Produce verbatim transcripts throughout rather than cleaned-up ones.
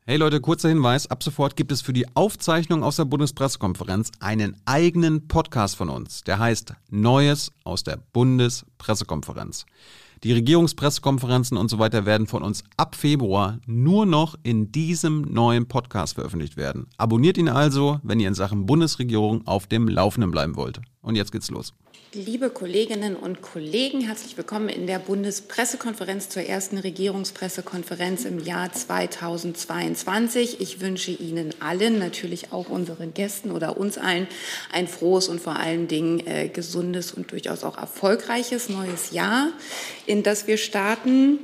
Hey Leute, kurzer Hinweis, ab sofort gibt es für die Aufzeichnung aus der Bundespressekonferenz einen eigenen Podcast von uns. Der heißt Neues aus der Bundespressekonferenz. Die Regierungspressekonferenzen und so weiter werden von uns ab Februar nur noch in diesem neuen Podcast veröffentlicht werden. Abonniert ihn also, wenn ihr in Sachen Bundesregierung auf dem Laufenden bleiben wollt. Und jetzt geht's los. Liebe Kolleginnen und Kollegen, herzlich willkommen in der Bundespressekonferenz zur ersten Regierungspressekonferenz im Jahr zweitausendzweiundzwanzig. Ich wünsche Ihnen allen, natürlich auch unseren Gästen oder uns allen, ein frohes und vor allen Dingen äh, gesundes und durchaus auch erfolgreiches neues Jahr, in das wir starten.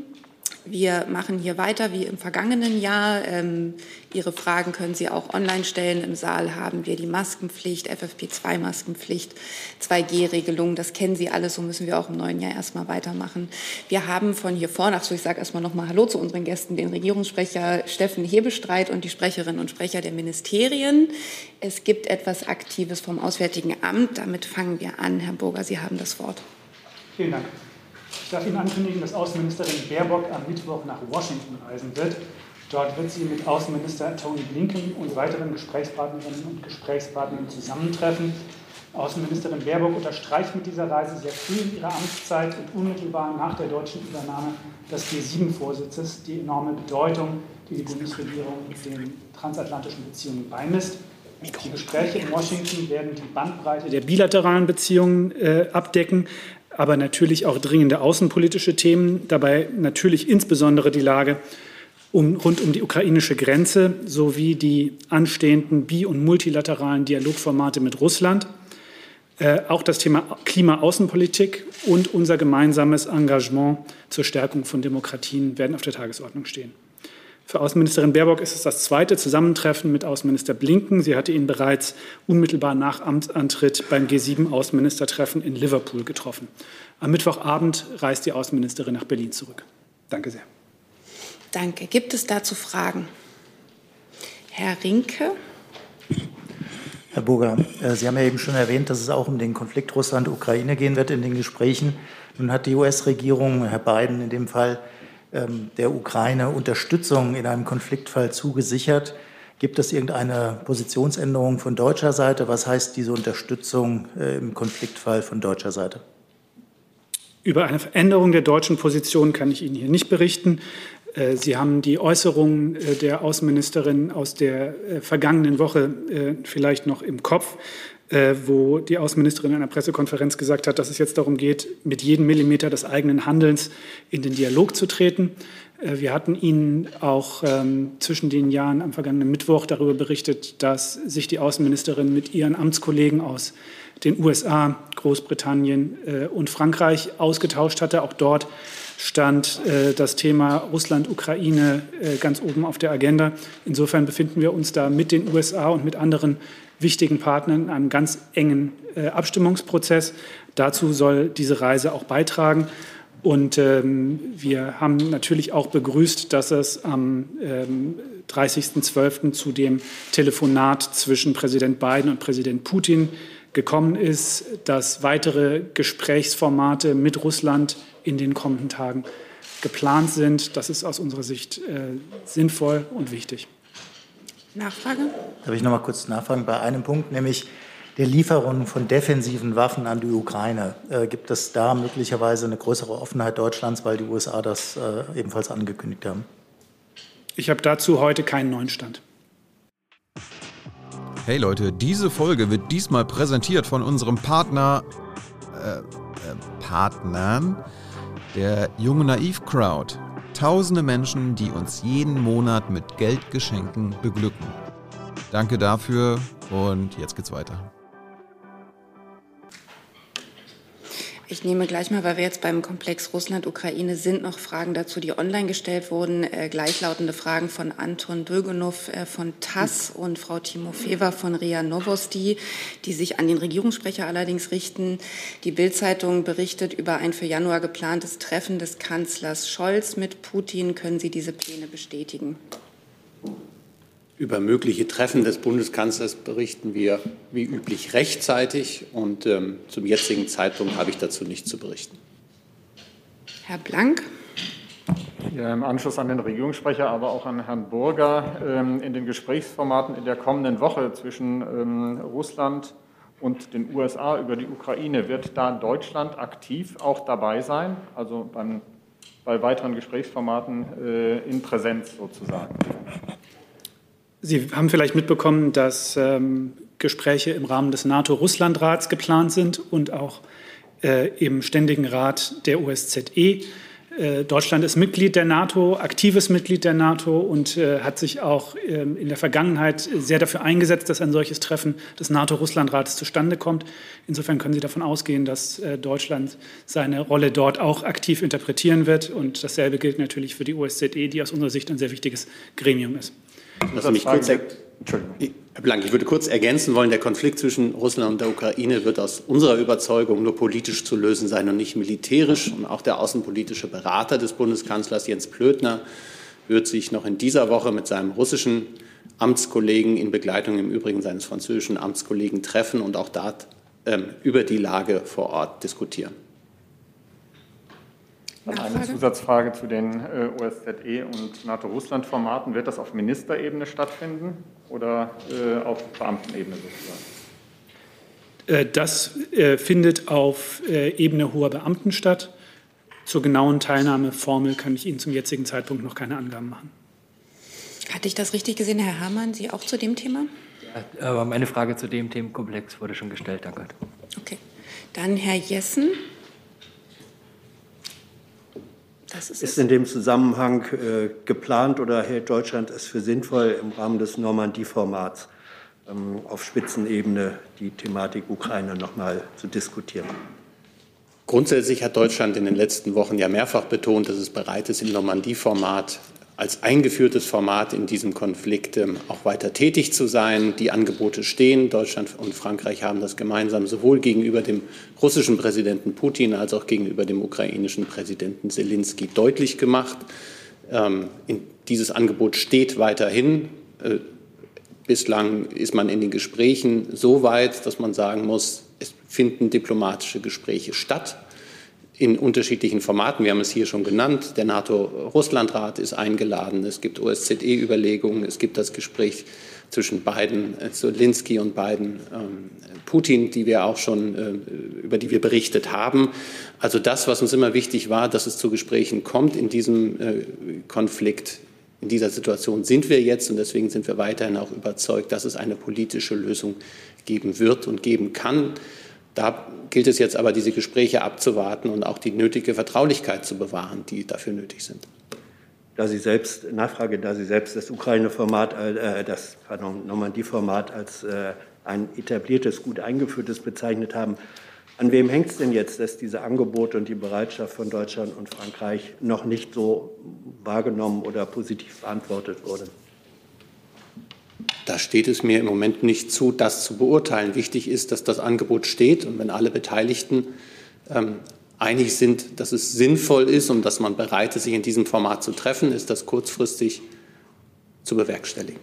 Wir machen hier weiter wie im vergangenen Jahr. Ähm, Ihre Fragen können Sie auch online stellen. Im Saal haben wir die Maskenpflicht, F F P zwei Maskenpflicht, zwei G Regelung. Das kennen Sie alles, so müssen wir auch im neuen Jahr erstmal weitermachen. Wir haben von hier vorne, ach so, ich sage erstmal nochmal Hallo zu unseren Gästen, den Regierungssprecher Steffen Hebestreit und die Sprecherinnen und Sprecher der Ministerien. Es gibt etwas Aktives vom Auswärtigen Amt. Damit fangen wir an. Herr Burger, Sie haben das Wort. Vielen Dank. Ich darf Ihnen ankündigen, dass Außenministerin Baerbock am Mittwoch nach Washington reisen wird. Dort wird sie mit Außenminister Tony Blinken und weiteren Gesprächspartnerinnen und Gesprächspartnern zusammentreffen. Außenministerin Baerbock unterstreicht mit dieser Reise sehr früh in ihrer Amtszeit und unmittelbar nach der deutschen Übernahme des G sieben Vorsitzes die enorme Bedeutung, die die Bundesregierung den transatlantischen Beziehungen beimisst. Die Gespräche in Washington werden die Bandbreite der bilateralen Beziehungen äh, abdecken, aber natürlich auch dringende außenpolitische Themen, dabei natürlich insbesondere die Lage um, rund um die ukrainische Grenze sowie die anstehenden bi- und multilateralen Dialogformate mit Russland. Äh, auch das Thema Klima-Außenpolitik und unser gemeinsames Engagement zur Stärkung von Demokratien werden auf der Tagesordnung stehen. Für Außenministerin Baerbock ist es das zweite Zusammentreffen mit Außenminister Blinken. Sie hatte ihn bereits unmittelbar nach Amtsantritt beim G sieben Außenministertreffen in Liverpool getroffen. Am Mittwochabend reist die Außenministerin nach Berlin zurück. Danke sehr. Danke. Gibt es dazu Fragen? Herr Rinke. Herr Burger, Sie haben ja eben schon erwähnt, dass es auch um den Konflikt Russland-Ukraine gehen wird in den Gesprächen. Nun hat die U S-Regierung, Herr Biden in dem Fall, der Ukraine Unterstützung in einem Konfliktfall zugesichert. Gibt es irgendeine Positionsänderung von deutscher Seite? Was heißt diese Unterstützung im Konfliktfall von deutscher Seite? Über eine Veränderung der deutschen Position kann ich Ihnen hier nicht berichten. Sie haben die Äußerungen der Außenministerin aus der vergangenen Woche vielleicht noch im Kopf, wo die Außenministerin in einer Pressekonferenz gesagt hat, dass es jetzt darum geht, mit jedem Millimeter des eigenen Handelns in den Dialog zu treten. Wir hatten Ihnen auch ähm, zwischen den Jahren am vergangenen Mittwoch darüber berichtet, dass sich die Außenministerin mit ihren Amtskollegen aus den U S A, Großbritannien äh, und Frankreich ausgetauscht hatte. Auch dort stand äh, das Thema Russland-Ukraine äh, ganz oben auf der Agenda. Insofern befinden wir uns da mit den U S A und mit anderen wichtigen Partnern in einem ganz engen äh, Abstimmungsprozess. Dazu soll diese Reise auch beitragen. Und ähm, wir haben natürlich auch begrüßt, dass es am ähm, dreißigsten zwölften zu dem Telefonat zwischen Präsident Biden und Präsident Putin gekommen ist, dass weitere Gesprächsformate mit Russland in den kommenden Tagen geplant sind. Das ist aus unserer Sicht äh, sinnvoll und wichtig. Nachfrage? Darf ich noch mal kurz nachfragen bei einem Punkt, nämlich der Lieferung von defensiven Waffen an die Ukraine. Äh, gibt es da möglicherweise eine größere Offenheit Deutschlands, weil die U S A das äh, ebenfalls angekündigt haben? Ich habe dazu heute keinen neuen Stand. Hey Leute, diese Folge wird diesmal präsentiert von unserem Partner, äh, äh, Partnern, der Junge Naiv Crowd. Tausende Menschen, die uns jeden Monat mit Geldgeschenken beglücken. Danke dafür und jetzt geht's weiter. Ich nehme gleich mal, weil wir jetzt beim Komplex Russland-Ukraine sind, noch Fragen dazu, die online gestellt wurden. Äh, gleichlautende Fragen von Anton Dögenow äh, von TASS und Frau Timofeeva von R I A Novosti, die sich an den Regierungssprecher allerdings richten. Die Bild-Zeitung berichtet über ein für Januar geplantes Treffen des Kanzlers Scholz mit Putin. Können Sie diese Pläne bestätigen? Über mögliche Treffen des Bundeskanzlers berichten wir wie üblich rechtzeitig. Und ähm, zum jetzigen Zeitpunkt habe ich dazu nichts zu berichten. Herr Blank. Ja, im Anschluss an den Regierungssprecher, aber auch an Herrn Burger. Ähm, in den Gesprächsformaten in der kommenden Woche zwischen ähm, Russland und den U S A über die Ukraine, wird da Deutschland aktiv auch dabei sein, also beim, bei weiteren Gesprächsformaten äh, in Präsenz sozusagen? Sie haben vielleicht mitbekommen, dass ähm, Gespräche im Rahmen des NATO-Russland-Rats geplant sind und auch äh, im Ständigen Rat der O S Z E. Äh, Deutschland ist Mitglied der NATO, aktives Mitglied der NATO und äh, hat sich auch äh, in der Vergangenheit sehr dafür eingesetzt, dass ein solches Treffen des NATO-Russland-Rates zustande kommt. Insofern können Sie davon ausgehen, dass äh, Deutschland seine Rolle dort auch aktiv interpretieren wird. Und dasselbe gilt natürlich für die O S Z E, die aus unserer Sicht ein sehr wichtiges Gremium ist. Lassen mich kurz, Herr Blank, ich würde kurz ergänzen wollen, der Konflikt zwischen Russland und der Ukraine wird aus unserer Überzeugung nur politisch zu lösen sein und nicht militärisch. Und auch der außenpolitische Berater des Bundeskanzlers Jens Plötner wird sich noch in dieser Woche mit seinem russischen Amtskollegen in Begleitung im Übrigen seines französischen Amtskollegen treffen und auch dort ähm, über die Lage vor Ort diskutieren. Dann eine Zusatzfrage zu den äh, O S Z E- und NATO-Russland-Formaten. Wird das auf Ministerebene stattfinden oder äh, auf Beamtenebene sozusagen? Äh, das äh, findet auf äh, Ebene hoher Beamten statt. Zur genauen Teilnahmeformel kann ich Ihnen zum jetzigen Zeitpunkt noch keine Angaben machen. Hatte ich das richtig gesehen, Herr Herrmann, Sie auch zu dem Thema? Ja, aber meine Frage zu dem Themenkomplex wurde schon gestellt. Danke. Okay. Dann Herr Jessen. Das ist, ist in dem Zusammenhang äh, geplant oder hält Deutschland es für sinnvoll, im Rahmen des Normandie-Formats ähm, auf Spitzenebene die Thematik Ukraine noch mal zu diskutieren? Grundsätzlich hat Deutschland in den letzten Wochen ja mehrfach betont, dass es bereit ist, im Normandie-Format als eingeführtes Format in diesem Konflikt ähm, auch weiter tätig zu sein. Die Angebote stehen. Deutschland und Frankreich haben das gemeinsam sowohl gegenüber dem russischen Präsidenten Putin als auch gegenüber dem ukrainischen Präsidenten Selenskyj deutlich gemacht. Ähm, in, dieses Angebot steht weiterhin. Äh, bislang ist man in den Gesprächen so weit, dass man sagen muss, es finden diplomatische Gespräche statt. In unterschiedlichen Formaten. Wir haben es hier schon genannt. Der NATO-Russland-Rat ist eingeladen. Es gibt O S Z E-Überlegungen. Es gibt das Gespräch zwischen Biden, äh, Zelenskyj und Biden, ähm, Putin, die wir auch schon, äh, über die wir berichtet haben. Also das, was uns immer wichtig war, dass es zu Gesprächen kommt in diesem äh, Konflikt. In dieser Situation sind wir jetzt und deswegen sind wir weiterhin auch überzeugt, dass es eine politische Lösung geben wird und geben kann. Da gilt es jetzt aber, diese Gespräche abzuwarten und auch die nötige Vertraulichkeit zu bewahren, die dafür nötig sind. Da Sie selbst, Nachfrage, da Sie selbst das Ukraine-Format, äh, das pardon, Normandie-Format als äh, ein etabliertes, gut eingeführtes bezeichnet haben, an wem hängt es denn jetzt, dass diese Angebote und die Bereitschaft von Deutschland und Frankreich noch nicht so wahrgenommen oder positiv beantwortet wurde? Da steht es mir im Moment nicht zu, das zu beurteilen. Wichtig ist, dass das Angebot steht und wenn alle Beteiligten ähm, einig sind, dass es sinnvoll ist und dass man bereit ist, sich in diesem Format zu treffen, ist das kurzfristig zu bewerkstelligen.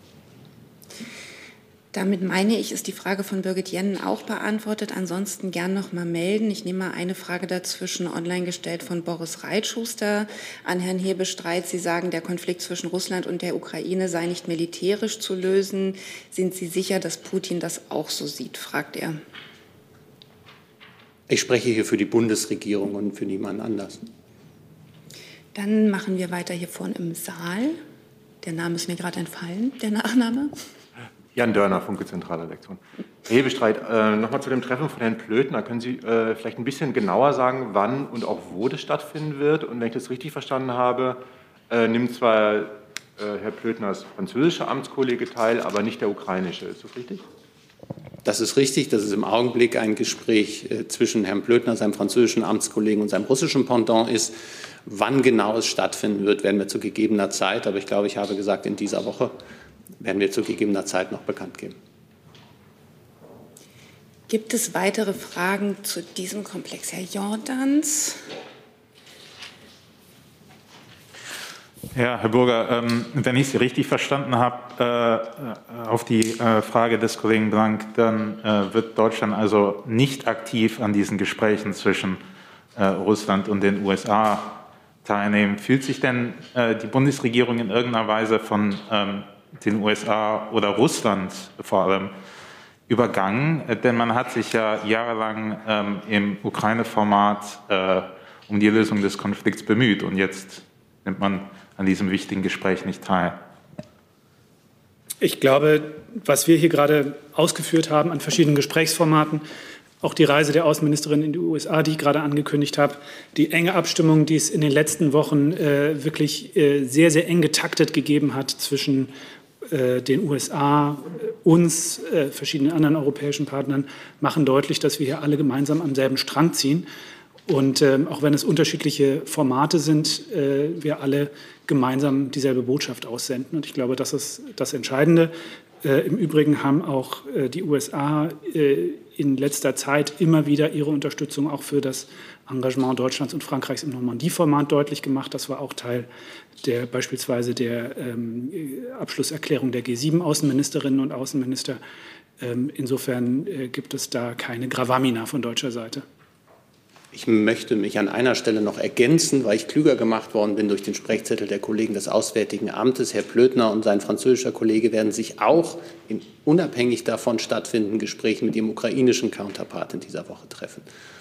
Damit meine ich, ist die Frage von Birgit Jennen auch beantwortet. Ansonsten gern noch mal melden. Ich nehme mal eine Frage dazwischen, online gestellt von Boris Reitschuster an Herrn Hebestreit. Sie sagen, der Konflikt zwischen Russland und der Ukraine sei nicht militärisch zu lösen. Sind Sie sicher, dass Putin das auch so sieht, fragt er. Ich spreche hier für die Bundesregierung und für niemanden anders. Dann machen wir weiter hier vorne im Saal. Der Name ist mir gerade entfallen, der Nachname. Jan Dörner, Funke Zentralredaktion. Herr Hebestreit, äh, nochmal zu dem Treffen von Herrn Plötner. Können Sie äh, vielleicht ein bisschen genauer sagen, wann und auch wo das stattfinden wird? Und wenn ich das richtig verstanden habe, äh, nimmt zwar äh, Herr Plötners französischer Amtskollege teil, aber nicht der ukrainische. Ist das richtig? Das ist richtig. Das ist im Augenblick ein Gespräch äh, zwischen Herrn Plötner, seinem französischen Amtskollegen und seinem russischen Pendant ist. Wann genau es stattfinden wird, werden wir zu gegebener Zeit, aber ich glaube, ich habe gesagt, in dieser Woche werden wir zu gegebener Zeit noch bekannt geben. Gibt es weitere Fragen zu diesem Komplex? Herr Jordans. Ja, Herr Burger, ähm, wenn ich Sie richtig verstanden habe, äh, auf die äh, Frage des Kollegen Blank, dann äh, wird Deutschland also nicht aktiv an diesen Gesprächen zwischen äh, Russland und den U S A teilnehmen. Fühlt sich denn äh, die Bundesregierung in irgendeiner Weise von ähm, den U S A oder Russland vor allem übergangen? Äh, denn man hat sich ja jahrelang ähm, im Ukraine-Format äh, um die Lösung des Konflikts bemüht und jetzt nimmt man an diesem wichtigen Gespräch nicht teil. Ich glaube, was wir hier gerade ausgeführt haben an verschiedenen Gesprächsformaten, auch die Reise der Außenministerin in die U S A, die ich gerade angekündigt habe, die enge Abstimmung, die es in den letzten Wochen äh, wirklich äh, sehr, sehr eng getaktet gegeben hat zwischen äh, den U S A, uns, äh, verschiedenen anderen europäischen Partnern, machen deutlich, dass wir hier alle gemeinsam am selben Strang ziehen. Und äh, auch wenn es unterschiedliche Formate sind, äh, wir alle gemeinsam dieselbe Botschaft aussenden. Und ich glaube, das ist das Entscheidende. Äh, Im Übrigen haben auch äh, die U S A äh, in letzter Zeit immer wieder ihre Unterstützung auch für das Engagement Deutschlands und Frankreichs im Normandie-Format deutlich gemacht. Das war auch Teil der beispielsweise der ähm, Abschlusserklärung der G sieben Außenministerinnen und Außenminister. Ähm, insofern äh, gibt es da keine Gravamina von deutscher Seite. Ich möchte mich an einer Stelle noch ergänzen, weil ich klüger gemacht worden bin durch den Sprechzettel der Kollegen des Auswärtigen Amtes. Herr Plötner und sein französischer Kollege werden sich auch in unabhängig davon stattfindenden Gesprächen mit dem ukrainischen Counterpart in dieser Woche treffen.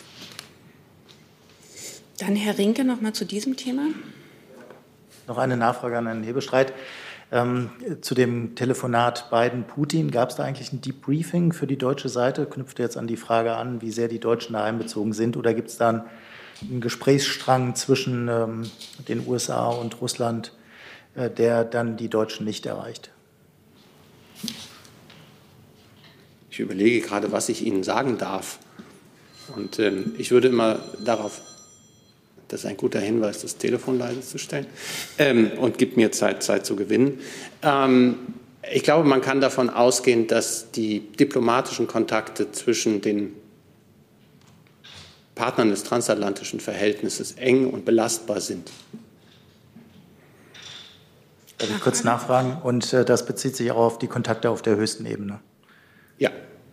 Dann Herr Rinke noch mal zu diesem Thema. Noch eine Nachfrage an Herrn Hebestreit. Ähm, zu dem Telefonat Biden-Putin, gab es da eigentlich ein Debriefing für die deutsche Seite? Knüpft jetzt an die Frage an, wie sehr die Deutschen da einbezogen sind? Oder gibt es da einen, einen Gesprächsstrang zwischen ähm, den U S A und Russland, äh, der dann die Deutschen nicht erreicht? Ich überlege gerade, was ich Ihnen sagen darf. Und ähm, ich würde immer darauf, das ist ein guter Hinweis, das Telefon leise zu stellen, ähm, und gibt mir Zeit, Zeit zu gewinnen. Ähm, ich glaube, man kann davon ausgehen, dass die diplomatischen Kontakte zwischen den Partnern des transatlantischen Verhältnisses eng und belastbar sind. Darf ich kurz nachfragen? Und äh, das bezieht sich auch auf die Kontakte auf der höchsten Ebene. Ja.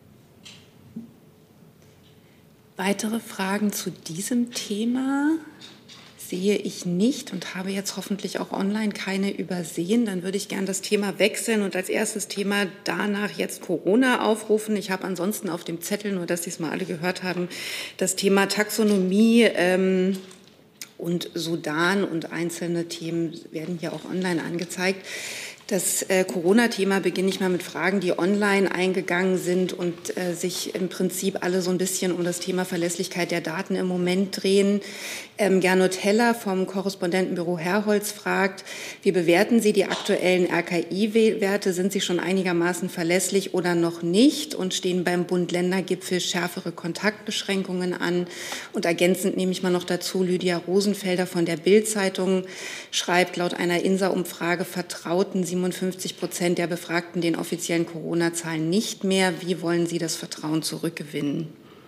Weitere Fragen zu diesem Thema sehe ich nicht und habe jetzt hoffentlich auch online keine übersehen. Dann würde ich gerne das Thema wechseln und als erstes Thema danach jetzt Corona aufrufen. Ich habe ansonsten auf dem Zettel, nur dass Sie es mal alle gehört haben, das Thema Taxonomie ähm, und Sudan und einzelne Themen werden hier auch online angezeigt. Das äh, Corona-Thema beginne ich mal mit Fragen, die online eingegangen sind und äh, sich im Prinzip alle so ein bisschen um das Thema Verlässlichkeit der Daten im Moment drehen. Ähm, Gernot Heller vom Korrespondentenbüro Herholz fragt, wie bewerten Sie die aktuellen R K I-Werte? Sind sie schon einigermaßen verlässlich oder noch nicht? Und stehen beim Bund-Länder-Gipfel schärfere Kontaktbeschränkungen an? Und ergänzend nehme ich mal noch dazu, Lydia Rosenfelder von der Bild-Zeitung schreibt, laut einer I N S A-Umfrage vertrauten siebenundfünfzig Prozent der Befragten den offiziellen Corona-Zahlen nicht mehr. Wie wollen Sie das Vertrauen zurückgewinnen?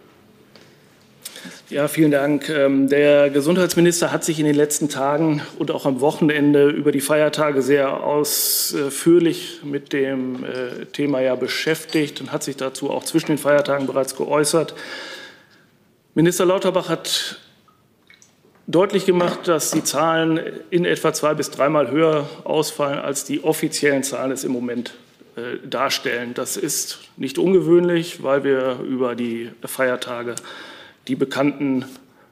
Ja, vielen Dank. Der Gesundheitsminister hat sich in den letzten Tagen und auch am Wochenende über die Feiertage sehr ausführlich mit dem Thema ja beschäftigt und hat sich dazu auch zwischen den Feiertagen bereits geäußert. Minister Lauterbach hat deutlich gemacht, dass die Zahlen in etwa zwei- bis dreimal höher ausfallen, als die offiziellen Zahlen es im Moment äh, darstellen. Das ist nicht ungewöhnlich, weil wir über die Feiertage die bekannten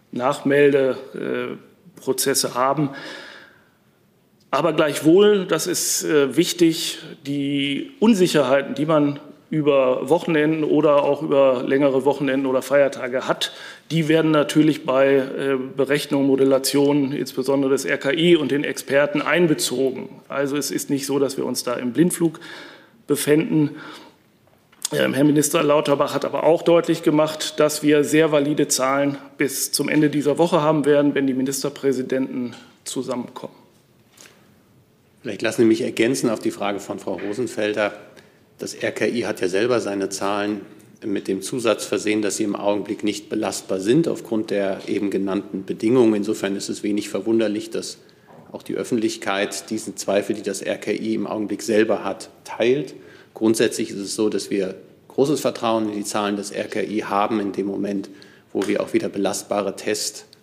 Nachmeldeprozesse haben. Aber gleichwohl, das ist äh, wichtig, die Unsicherheiten, die man über Wochenenden oder auch über längere Wochenenden oder Feiertage hat, die werden natürlich bei äh, Berechnung, Modellation, insbesondere des R K I und den Experten einbezogen. Also es ist nicht so, dass wir uns da im Blindflug befänden. Ähm, Herr Minister Lauterbach hat aber auch deutlich gemacht, dass wir sehr valide Zahlen bis zum Ende dieser Woche haben werden, wenn die Ministerpräsidenten zusammenkommen. Vielleicht lassen Sie mich ergänzen auf die Frage von Frau Rosenfelder. Das R K I hat ja selber seine Zahlen mit dem Zusatz versehen, dass sie im Augenblick nicht belastbar sind aufgrund der eben genannten Bedingungen. Insofern ist es wenig verwunderlich, dass auch die Öffentlichkeit diesen Zweifel, die das R K I im Augenblick selber hat, teilt. Grundsätzlich ist es so, dass wir großes Vertrauen in die Zahlen des R K I haben in dem Moment, wo wir auch wieder belastbare Test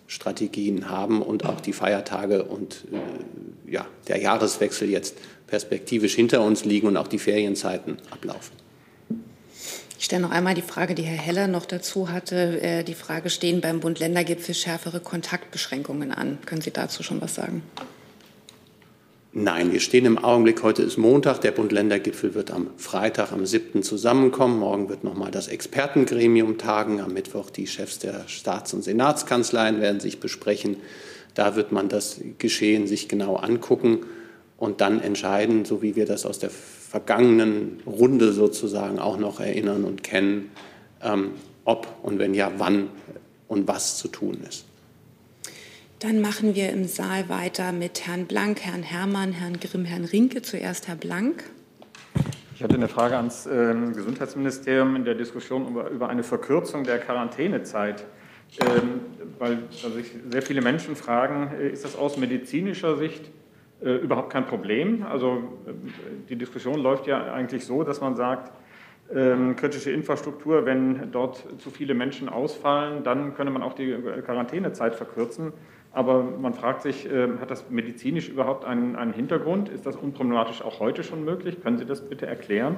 Strategien haben und auch die Feiertage und äh, ja, der Jahreswechsel jetzt perspektivisch hinter uns liegen und auch die Ferienzeiten ablaufen. Ich stelle noch einmal die Frage, die Herr Heller noch dazu hatte. Äh, die Frage, stehen beim Bund-Länder-Gipfel schärfere Kontaktbeschränkungen an? Können Sie dazu schon was sagen? Nein, wir stehen im Augenblick, heute ist Montag, der Bund-Länder-Gipfel wird am Freitag, am siebten zusammenkommen. Morgen wird noch mal das Expertengremium tagen. Am Mittwoch die Chefs der Staats- und Senatskanzleien werden sich besprechen. Da wird man das Geschehen sich genau angucken und dann entscheiden, so wie wir das aus der vergangenen Runde sozusagen auch noch erinnern und kennen, ähm, ob und wenn ja, wann und was zu tun ist. Dann machen wir im Saal weiter mit Herrn Blank, Herrn Herrmann, Herrn Grimm, Herrn Rinke. Zuerst Herr Blank. Ich hatte eine Frage ans äh, Gesundheitsministerium in der Diskussion über, über eine Verkürzung der Quarantänezeit. Ähm, weil also sich sehr viele Menschen fragen, äh, ist das aus medizinischer Sicht äh, überhaupt kein Problem? Also äh, die Diskussion läuft ja eigentlich so, dass man sagt, ähm, kritische Infrastruktur, wenn dort zu viele Menschen ausfallen, dann könne man auch die Quarantänezeit verkürzen. Aber man fragt sich, äh, hat das medizinisch überhaupt einen, einen Hintergrund? Ist das unproblematisch auch heute schon möglich? Können Sie das bitte erklären?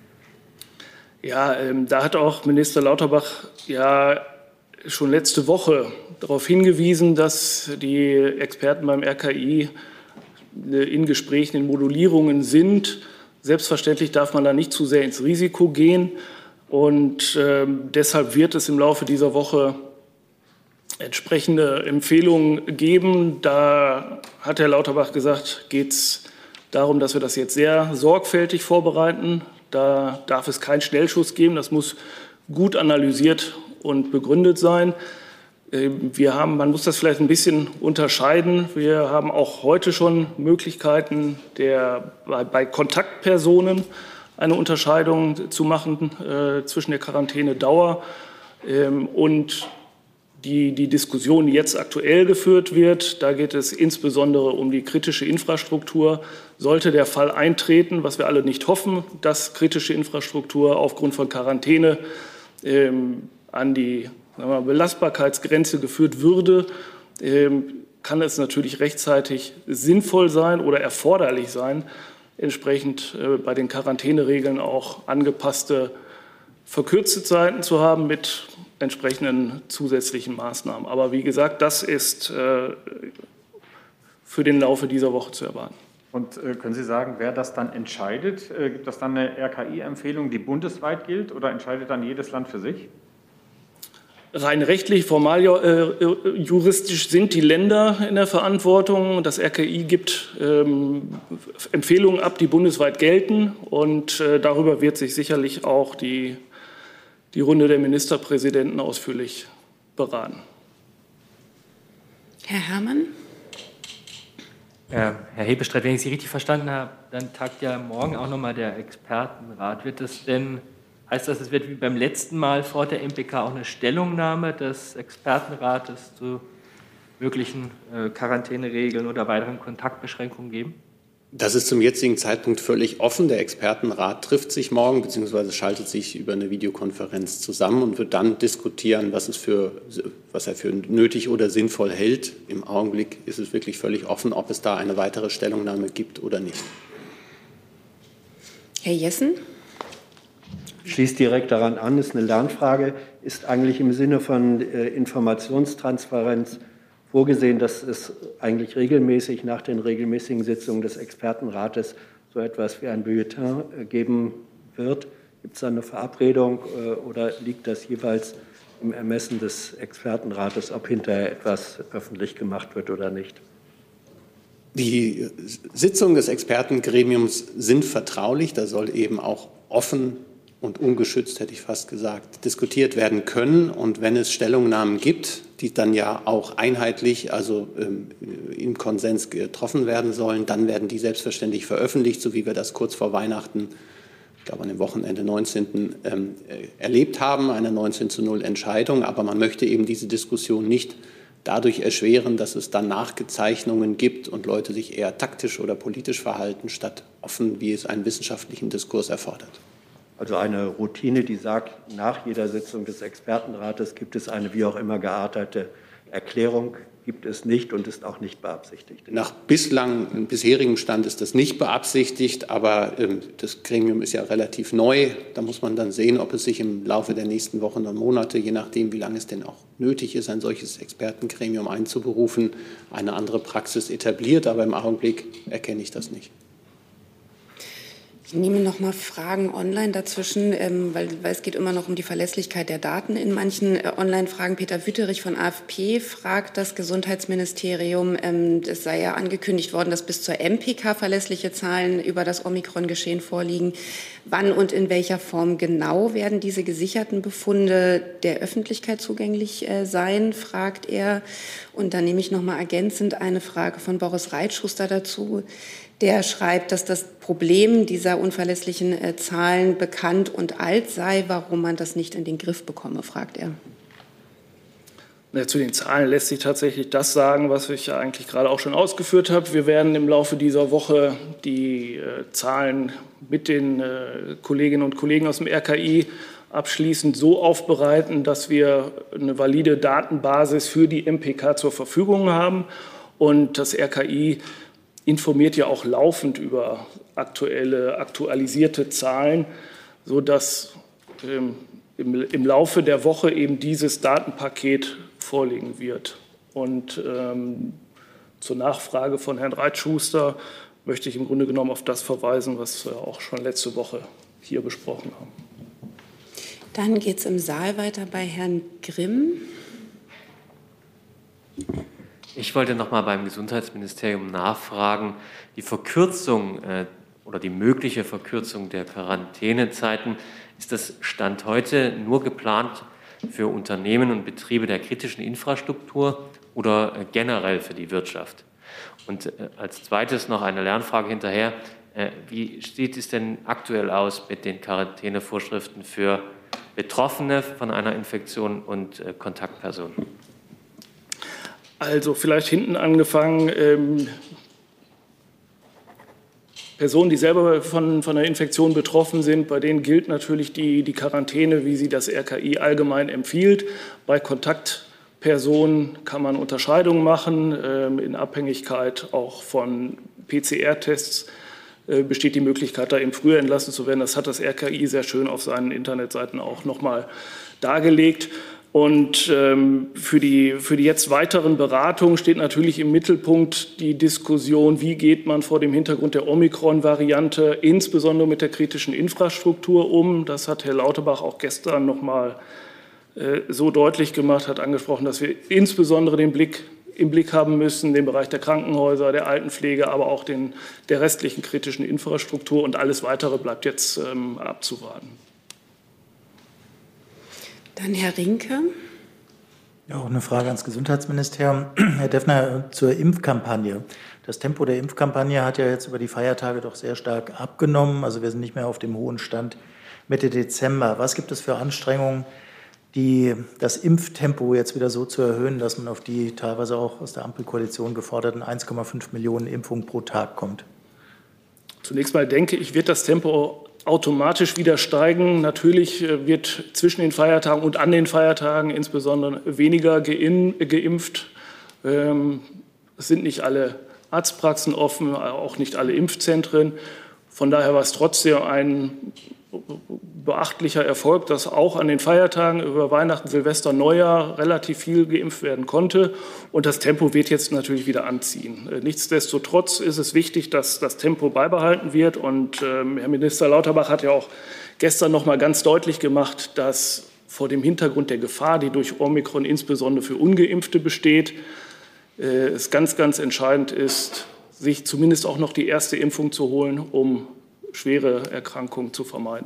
Ja, ähm, da hat auch Minister Lauterbach ja schon letzte Woche darauf hingewiesen, dass die Experten beim R K I in Gesprächen, in Modulierungen sind. Selbstverständlich darf man da nicht zu sehr ins Risiko gehen. Und äh, deshalb wird es im Laufe dieser Woche entsprechende Empfehlungen geben. Da hat Herr Lauterbach gesagt, geht es darum, dass wir das jetzt sehr sorgfältig vorbereiten. Da darf es keinen Schnellschuss geben. Das muss gut analysiert und begründet sein. Wir haben, man muss das vielleicht ein bisschen unterscheiden. Wir haben auch heute schon Möglichkeiten, der, bei, bei Kontaktpersonen eine Unterscheidung zu machen äh, zwischen der Quarantänedauer ähm, und die, die Diskussion, die jetzt aktuell geführt wird. Da geht es insbesondere um die kritische Infrastruktur. Sollte der Fall eintreten, was wir alle nicht hoffen, dass kritische Infrastruktur aufgrund von Quarantäne ähm, an die sagen wir mal, Belastbarkeitsgrenze geführt würde, ähm, kann es natürlich rechtzeitig sinnvoll sein oder erforderlich sein, entsprechend äh, bei den Quarantäneregeln auch angepasste verkürzte Zeiten zu haben mit entsprechenden zusätzlichen Maßnahmen. Aber wie gesagt, das ist äh, für den Laufe dieser Woche zu erwarten. Und äh, können Sie sagen, wer das dann entscheidet? Äh, gibt es dann eine R K I-Empfehlung, die bundesweit gilt, oder entscheidet dann jedes Land für sich? Rein rechtlich, formal äh, juristisch sind die Länder in der Verantwortung. Das R K I gibt ähm, Empfehlungen ab, die bundesweit gelten. Und äh, darüber wird sich sicherlich auch die, die Runde der Ministerpräsidenten ausführlich beraten. Herr Herrmann. Äh, Herr Hebestreit, wenn ich Sie richtig verstanden habe, dann tagt ja morgen auch noch mal der Expertenrat. Wird es denn Heißt das, es wird wie beim letzten Mal vor der M P K auch eine Stellungnahme des Expertenrates zu möglichen äh, Quarantäneregeln oder weiteren Kontaktbeschränkungen geben? Das ist zum jetzigen Zeitpunkt völlig offen. Der Expertenrat trifft sich morgen bzw. schaltet sich über eine Videokonferenz zusammen und wird dann diskutieren, was, es für, was er für nötig oder sinnvoll hält. Im Augenblick ist es wirklich völlig offen, ob es da eine weitere Stellungnahme gibt oder nicht. Herr Jessen? Schließt direkt daran an, ist eine Lernfrage, ist eigentlich im Sinne von äh, Informationstransparenz vorgesehen, dass es eigentlich regelmäßig nach den regelmäßigen Sitzungen des Expertenrates so etwas wie ein Bulletin äh, geben wird. Gibt es da eine Verabredung äh, oder liegt das jeweils im Ermessen des Expertenrates, ob hinterher etwas öffentlich gemacht wird oder nicht? Die Sitzungen des Expertengremiums sind vertraulich. Da soll eben auch offen und ungeschützt, hätte ich fast gesagt, diskutiert werden können. Und wenn es Stellungnahmen gibt, die dann ja auch einheitlich, also ähm, im Konsens getroffen werden sollen, dann werden die selbstverständlich veröffentlicht, so wie wir das kurz vor Weihnachten, ich glaube an dem Wochenende neunzehnten Ähm, erlebt haben, eine neunzehn zu null Entscheidung. Aber man möchte eben diese Diskussion nicht dadurch erschweren, dass es dann Nachgezeichnungen gibt und Leute sich eher taktisch oder politisch verhalten, statt offen, wie es einen wissenschaftlichen Diskurs erfordert. Also eine Routine, die sagt, nach jeder Sitzung des Expertenrates gibt es eine wie auch immer geartete Erklärung gibt es nicht und ist auch nicht beabsichtigt. Nach bislang, bisherigem Stand ist das nicht beabsichtigt, aber ähm, das Gremium ist ja relativ neu. Da muss man dann sehen, ob es sich im Laufe der nächsten Wochen und Monate, je nachdem, wie lange es denn auch nötig ist, ein solches Expertengremium einzuberufen, eine andere Praxis etabliert. Aber im Augenblick erkenne ich das nicht. Ich nehme noch mal Fragen online dazwischen, ähm, weil, weil es geht immer noch um die Verlässlichkeit der Daten in manchen äh, Online-Fragen. Peter Wüterich von A F P fragt das Gesundheitsministerium, ähm, es sei ja angekündigt worden, dass bis zur M P K verlässliche Zahlen über das Omikron-Geschehen vorliegen. Wann und in welcher Form genau werden diese gesicherten Befunde der Öffentlichkeit zugänglich äh, sein, fragt er. Und dann nehme ich noch mal ergänzend eine Frage von Boris Reitschuster dazu. Der schreibt, dass das Problem dieser unverlässlichen äh, Zahlen bekannt und alt sei. Warum man das nicht in den Griff bekomme, fragt er. Ja, zu den Zahlen lässt sich tatsächlich das sagen, was ich ja eigentlich gerade auch schon ausgeführt habe. Wir werden im Laufe dieser Woche die äh, Zahlen mit den äh, Kolleginnen und Kollegen aus dem R K I abschließend so aufbereiten, dass wir eine valide Datenbasis für die M P K zur Verfügung haben. Und das R K I informiert ja auch laufend über aktuelle, aktualisierte Zahlen, sodass ähm, im, im Laufe der Woche eben dieses Datenpaket vorliegen wird. Und ähm, zur Nachfrage von Herrn Reitschuster möchte ich im Grunde genommen auf das verweisen, was wir auch schon letzte Woche hier besprochen haben. Dann geht es im Saal weiter bei Herrn Grimm. Ich wollte noch mal beim Gesundheitsministerium nachfragen, die Verkürzung äh, oder die mögliche Verkürzung der Quarantänezeiten, ist das Stand heute nur geplant für Unternehmen und Betriebe der kritischen Infrastruktur oder äh, generell für die Wirtschaft? Und äh, als zweites noch eine Lernfrage hinterher. Äh, wie sieht es denn aktuell aus mit den Quarantänevorschriften für Betroffene von einer Infektion und äh, Kontaktpersonen? Also vielleicht hinten angefangen, ähm, Personen, die selber von, von einer Infektion betroffen sind, bei denen gilt natürlich die, die Quarantäne, wie sie das R K I allgemein empfiehlt. Bei Kontaktpersonen kann man Unterscheidungen machen. Ähm, in Abhängigkeit auch von P C R-Tests äh, besteht die Möglichkeit, da eben früher entlassen zu werden. Das hat das R K I sehr schön auf seinen Internetseiten auch noch mal dargelegt. Und ähm, für die, für die jetzt weiteren Beratungen steht natürlich im Mittelpunkt die Diskussion, wie geht man vor dem Hintergrund der Omikron-Variante insbesondere mit der kritischen Infrastruktur um. Das hat Herr Lauterbach auch gestern noch mal äh, so deutlich gemacht, hat angesprochen, dass wir insbesondere den Blick im Blick haben müssen, den Bereich der Krankenhäuser, der Altenpflege, aber auch den, der restlichen kritischen Infrastruktur. Und alles Weitere bleibt jetzt ähm, abzuwarten. Dann Herr Rinke. Ja, auch eine Frage ans Gesundheitsministerium. Herr Deffner, zur Impfkampagne. Das Tempo der Impfkampagne hat ja jetzt über die Feiertage doch sehr stark abgenommen. Also wir sind nicht mehr auf dem hohen Stand Mitte Dezember. Was gibt es für Anstrengungen, die, das Impftempo jetzt wieder so zu erhöhen, dass man auf die teilweise auch aus der Ampelkoalition geforderten eins Komma fünf Millionen Impfungen pro Tag kommt? Zunächst mal denke ich, wird das Tempo automatisch wieder steigen. Natürlich wird zwischen den Feiertagen und an den Feiertagen insbesondere weniger geimpft. Es sind nicht alle Arztpraxen offen, auch nicht alle Impfzentren. Von daher war es trotzdem ein beachtlicher Erfolg, dass auch an den Feiertagen über Weihnachten, Silvester, Neujahr relativ viel geimpft werden konnte. Und das Tempo wird jetzt natürlich wieder anziehen. Nichtsdestotrotz ist es wichtig, dass das Tempo beibehalten wird. Und ähm, Herr Minister Lauterbach hat ja auch gestern noch mal ganz deutlich gemacht, dass vor dem Hintergrund der Gefahr, die durch Omikron insbesondere für Ungeimpfte besteht, äh, es ganz, ganz entscheidend ist, sich zumindest auch noch die erste Impfung zu holen, um schwere Erkrankungen zu vermeiden.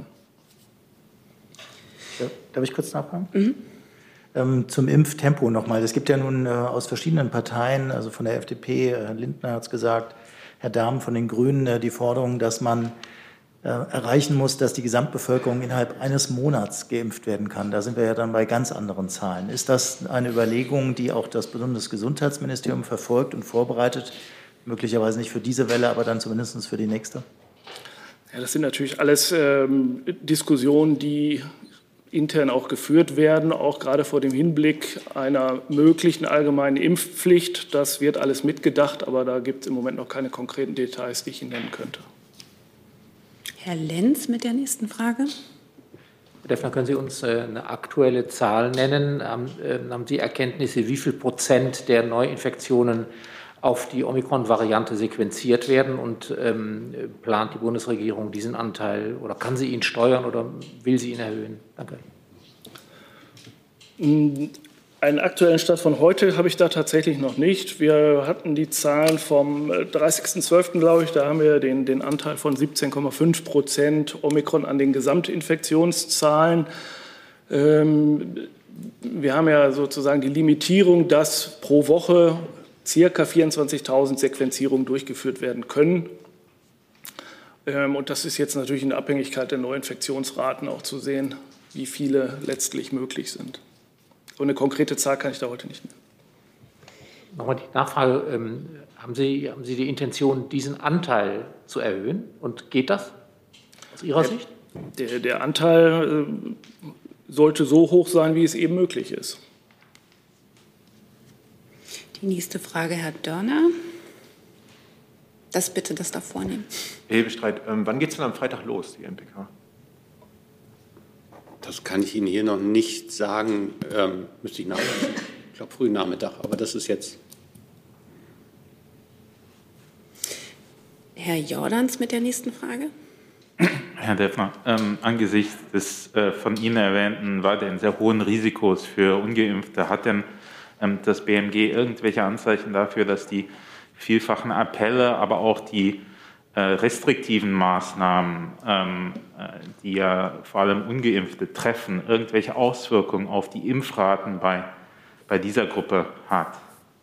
Ja, darf ich kurz nachfragen? Mhm. Ähm, zum Impftempo nochmal. Es gibt ja nun äh, aus verschiedenen Parteien, also von der F D P, Herr Lindner hat es gesagt, Herr Dahm von den Grünen, äh, die Forderung, dass man äh, erreichen muss, dass die Gesamtbevölkerung innerhalb eines Monats geimpft werden kann. Da sind wir ja dann bei ganz anderen Zahlen. Ist das eine Überlegung, die auch das Bundesgesundheitsministerium verfolgt und vorbereitet? Möglicherweise nicht für diese Welle, aber dann zumindest für die nächste? Ja, das sind natürlich alles ähm, Diskussionen, die intern auch geführt werden, auch gerade vor dem Hinblick einer möglichen allgemeinen Impfpflicht. Das wird alles mitgedacht, aber da gibt es im Moment noch keine konkreten Details, die ich Ihnen nennen könnte. Herr Lenz mit der nächsten Frage. Herr Deffner, können Sie uns eine aktuelle Zahl nennen? Haben, haben Sie Erkenntnisse, wie viel Prozent der Neuinfektionen auf die Omikron-Variante sequenziert werden? Und ähm, plant die Bundesregierung diesen Anteil oder kann sie ihn steuern oder will sie ihn erhöhen? Danke. Einen aktuellen Stand von heute habe ich da tatsächlich noch nicht. Wir hatten die Zahlen vom dreißigsten zwölften glaube ich, da haben wir den, den Anteil von siebzehn Komma fünf Prozent Omikron an den Gesamtinfektionszahlen. Ähm, wir haben ja sozusagen die Limitierung, dass pro Woche circa vierundzwanzigtausend Sequenzierungen durchgeführt werden können. Ähm, und das ist jetzt natürlich in Abhängigkeit der Neuinfektionsraten auch zu sehen, wie viele letztlich möglich sind. So eine konkrete Zahl kann ich da heute nicht nennen. Nochmal die Nachfrage, ähm, haben Sie, haben Sie die Intention, diesen Anteil zu erhöhen? Und geht das aus Ihrer der, Sicht? Der, der Anteil äh, sollte so hoch sein, wie es eben möglich ist. Die nächste Frage, Herr Dörner. Das bitte, das da vornehmen. Herr Hebestreit, ähm, wann geht es denn am Freitag los, die M P K? Das kann ich Ihnen hier noch nicht sagen. Ähm, müsste ich nachdenken. Ich glaube, frühen Nachmittag, aber das ist jetzt. Herr Jordans mit der nächsten Frage. Herr Deffner, ähm, angesichts des äh, von Ihnen erwähnten weiterhin sehr hohen Risikos für Ungeimpfte, hat denn ähm, das B M G irgendwelche Anzeichen dafür, dass die vielfachen Appelle, aber auch die äh, restriktiven Maßnahmen, ähm, äh, die ja vor allem Ungeimpfte treffen, irgendwelche Auswirkungen auf die Impfraten bei, bei dieser Gruppe hat?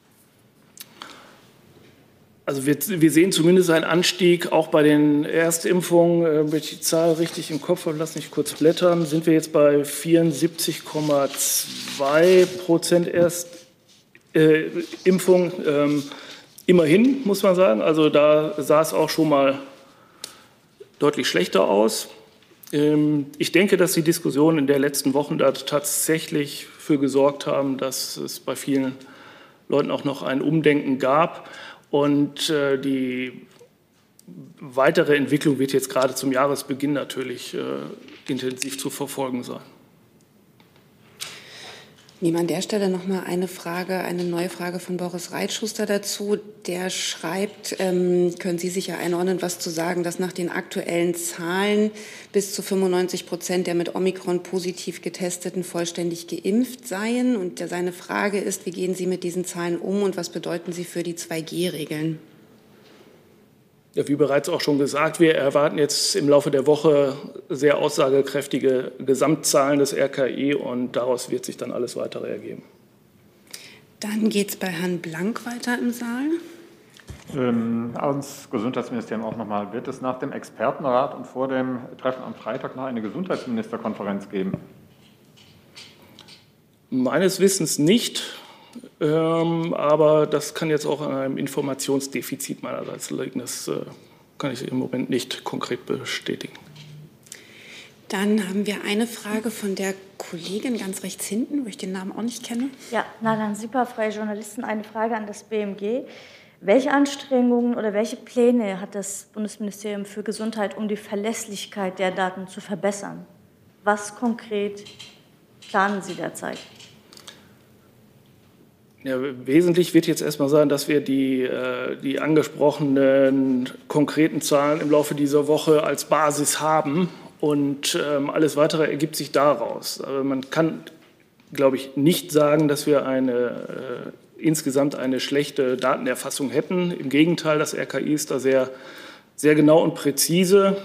Also wir, wir sehen zumindest einen Anstieg auch bei den Erstimpfungen. Äh, wenn ich die Zahl richtig im Kopf habe, lass mich kurz blättern, sind wir jetzt bei vierundsiebzig Komma zwei Prozent Erstimpfung. Äh, ähm, immerhin, muss man sagen. Also da sah es auch schon mal deutlich schlechter aus. Ähm, ich denke, dass die Diskussionen in der letzten Wochen da tatsächlich für gesorgt haben, dass es bei vielen Leuten auch noch ein Umdenken gab. Und äh, die weitere Entwicklung wird jetzt gerade zum Jahresbeginn natürlich äh, intensiv zu verfolgen sein. Nehmen an der Stelle noch mal eine Frage, eine neue Frage von Boris Reitschuster dazu. Der schreibt, ähm, können Sie sicher einordnen, was zu sagen, dass nach den aktuellen Zahlen bis zu fünfundneunzig Prozent der mit Omikron positiv Getesteten vollständig geimpft seien. Und der, seine Frage ist, wie gehen Sie mit diesen Zahlen um und was bedeuten sie für die zwei G Regeln? Ja, wie bereits auch schon gesagt, wir erwarten jetzt im Laufe der Woche sehr aussagekräftige Gesamtzahlen des R K I und daraus wird sich dann alles Weitere ergeben. Dann geht es bei Herrn Blank weiter im Saal. Ähm, ans Gesundheitsministerium auch nochmal. Wird es nach dem Expertenrat und vor dem Treffen am Freitag noch eine Gesundheitsministerkonferenz geben? Meines Wissens nicht. Ähm, aber das kann jetzt auch an einem Informationsdefizit meinerseits liegen. Das äh, kann ich im Moment nicht konkret bestätigen. Dann haben wir eine Frage von der Kollegin ganz rechts hinten, wo ich den Namen auch nicht kenne. Ja, Nalan Super, freie Journalistin. Eine Frage an das B M G. Welche Anstrengungen oder welche Pläne hat das Bundesministerium für Gesundheit, um die Verlässlichkeit der Daten zu verbessern? Was konkret planen Sie derzeit? Ja, wesentlich wird jetzt erstmal sein, dass wir die, äh, die angesprochenen konkreten Zahlen im Laufe dieser Woche als Basis haben und ähm, alles Weitere ergibt sich daraus. Aber man kann, glaube ich, nicht sagen, dass wir eine, äh, insgesamt eine schlechte Datenerfassung hätten. Im Gegenteil, das R K I ist da sehr, sehr genau und präzise.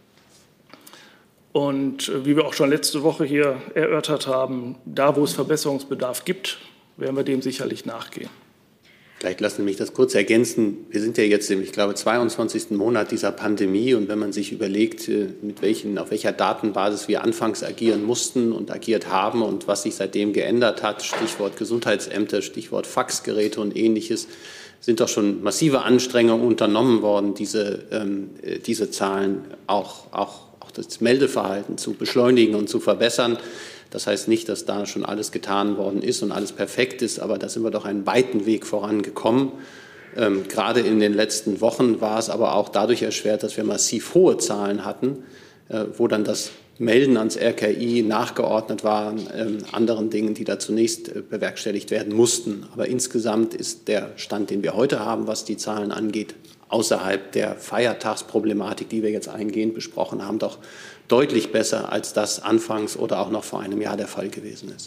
Und äh, wie wir auch schon letzte Woche hier erörtert haben, da, wo es Verbesserungsbedarf gibt, werden wir dem sicherlich nachgehen. Vielleicht lassen Sie mich das kurz ergänzen. Wir sind ja jetzt im, ich glaube, zweiundzwanzigsten Monat dieser Pandemie. Und wenn man sich überlegt, mit welchen, auf welcher Datenbasis wir anfangs agieren mussten und agiert haben und was sich seitdem geändert hat, Stichwort Gesundheitsämter, Stichwort Faxgeräte und Ähnliches, sind doch schon massive Anstrengungen unternommen worden, diese, ähm, diese Zahlen auch, auch, auch das Meldeverhalten zu beschleunigen und zu verbessern. Das heißt nicht, dass da schon alles getan worden ist und alles perfekt ist, aber da sind wir doch einen weiten Weg vorangekommen. Ähm, gerade in den letzten Wochen war es aber auch dadurch erschwert, dass wir massiv hohe Zahlen hatten, äh, wo dann das Melden ans R K I nachgeordnet waren, ähm, anderen Dingen, die da zunächst äh, bewerkstelligt werden mussten. Aber insgesamt ist der Stand, den wir heute haben, was die Zahlen angeht, außerhalb der Feiertagsproblematik, die wir jetzt eingehend besprochen haben, doch deutlich besser, als das anfangs oder auch noch vor einem Jahr der Fall gewesen ist.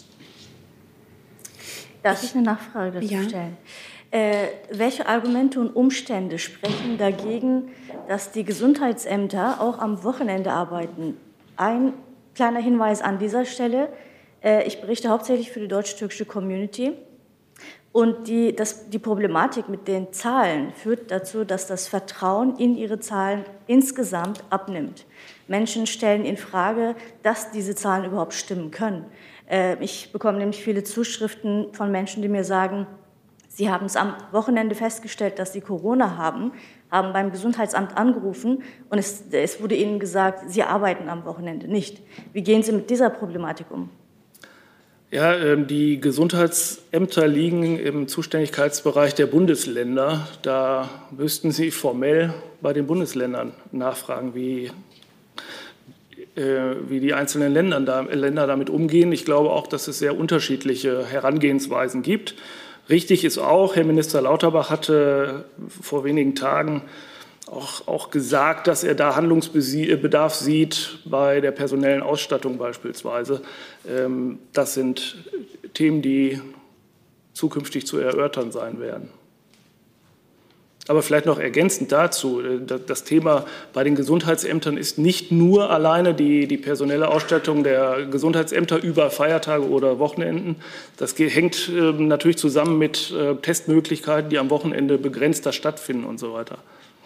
Darf ich eine Nachfrage dazu ja. stellen? Äh, welche Argumente und Umstände sprechen dagegen, dass die Gesundheitsämter auch am Wochenende arbeiten? Ein kleiner Hinweis an dieser Stelle. Äh, ich berichte hauptsächlich für die deutsch-türkische Community. Und die, das, die Problematik mit den Zahlen führt dazu, dass das Vertrauen in ihre Zahlen insgesamt abnimmt. Menschen stellen in Frage, dass diese Zahlen überhaupt stimmen können. Äh, ich bekomme nämlich viele Zuschriften von Menschen, die mir sagen, sie haben es am Wochenende festgestellt, dass sie Corona haben, haben beim Gesundheitsamt angerufen und es, es wurde ihnen gesagt, sie arbeiten am Wochenende nicht. Wie gehen Sie mit dieser Problematik um? Ja, die Gesundheitsämter liegen im Zuständigkeitsbereich der Bundesländer. Da müssten Sie formell bei den Bundesländern nachfragen, wie, äh, wie die einzelnen Länder, da, Länder damit umgehen. Ich glaube auch, dass es sehr unterschiedliche Herangehensweisen gibt. Richtig ist auch, Herr Minister Lauterbach hatte vor wenigen Tagen auch, auch gesagt, dass er da Handlungsbedarf sieht bei der personellen Ausstattung beispielsweise. Das sind Themen, die zukünftig zu erörtern sein werden. Aber vielleicht noch ergänzend dazu, das Thema bei den Gesundheitsämtern ist nicht nur alleine die, die personelle Ausstattung der Gesundheitsämter über Feiertage oder Wochenenden. Das hängt natürlich zusammen mit Testmöglichkeiten, die am Wochenende begrenzter stattfinden und so weiter.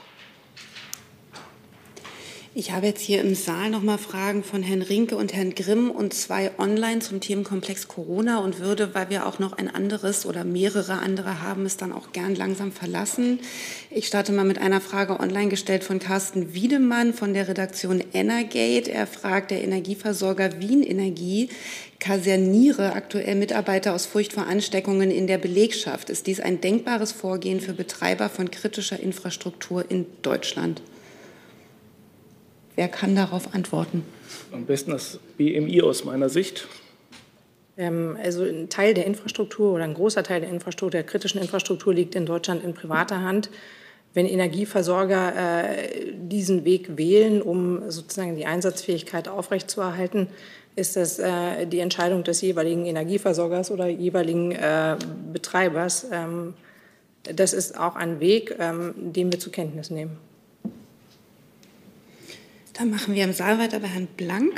Ich habe jetzt hier im Saal noch mal Fragen von Herrn Rinke und Herrn Grimm und zwei online zum Themenkomplex Corona und würde, weil wir auch noch ein anderes oder mehrere andere haben, es dann auch gern langsam verlassen. Ich starte mal mit einer Frage online gestellt von Carsten Wiedemann von der Redaktion Energate. Er fragt, der Energieversorger Wien Energie kaserniere aktuell Mitarbeiter aus Furcht vor Ansteckungen in der Belegschaft. Ist dies ein denkbares Vorgehen für Betreiber von kritischer Infrastruktur in Deutschland? Wer kann darauf antworten? Am besten das B M I aus meiner Sicht. Ähm, also ein Teil der Infrastruktur oder ein großer Teil der Infrastruktur, der kritischen Infrastruktur liegt in Deutschland in privater Hand. Wenn Energieversorger äh, diesen Weg wählen, um sozusagen die Einsatzfähigkeit aufrechtzuerhalten, ist das äh, die Entscheidung des jeweiligen Energieversorgers oder jeweiligen äh, Betreibers. Ähm, das ist auch ein Weg, ähm, den wir zur Kenntnis nehmen. Dann machen wir im Saal weiter bei Herrn Blank.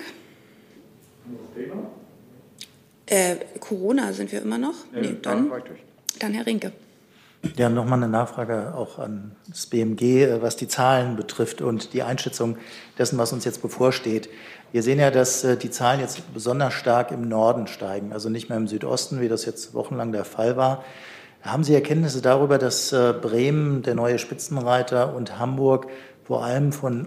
Äh, Corona sind wir immer noch? Nee, nee, dann, dann Herr Rinke. Ja, nochmal eine Nachfrage auch an das B M G, was die Zahlen betrifft und die Einschätzung dessen, was uns jetzt bevorsteht. Wir sehen ja, dass die Zahlen jetzt besonders stark im Norden steigen, also nicht mehr im Südosten, wie das jetzt wochenlang der Fall war. Haben Sie Erkenntnisse darüber, dass Bremen, der neue Spitzenreiter, und Hamburg vor allem von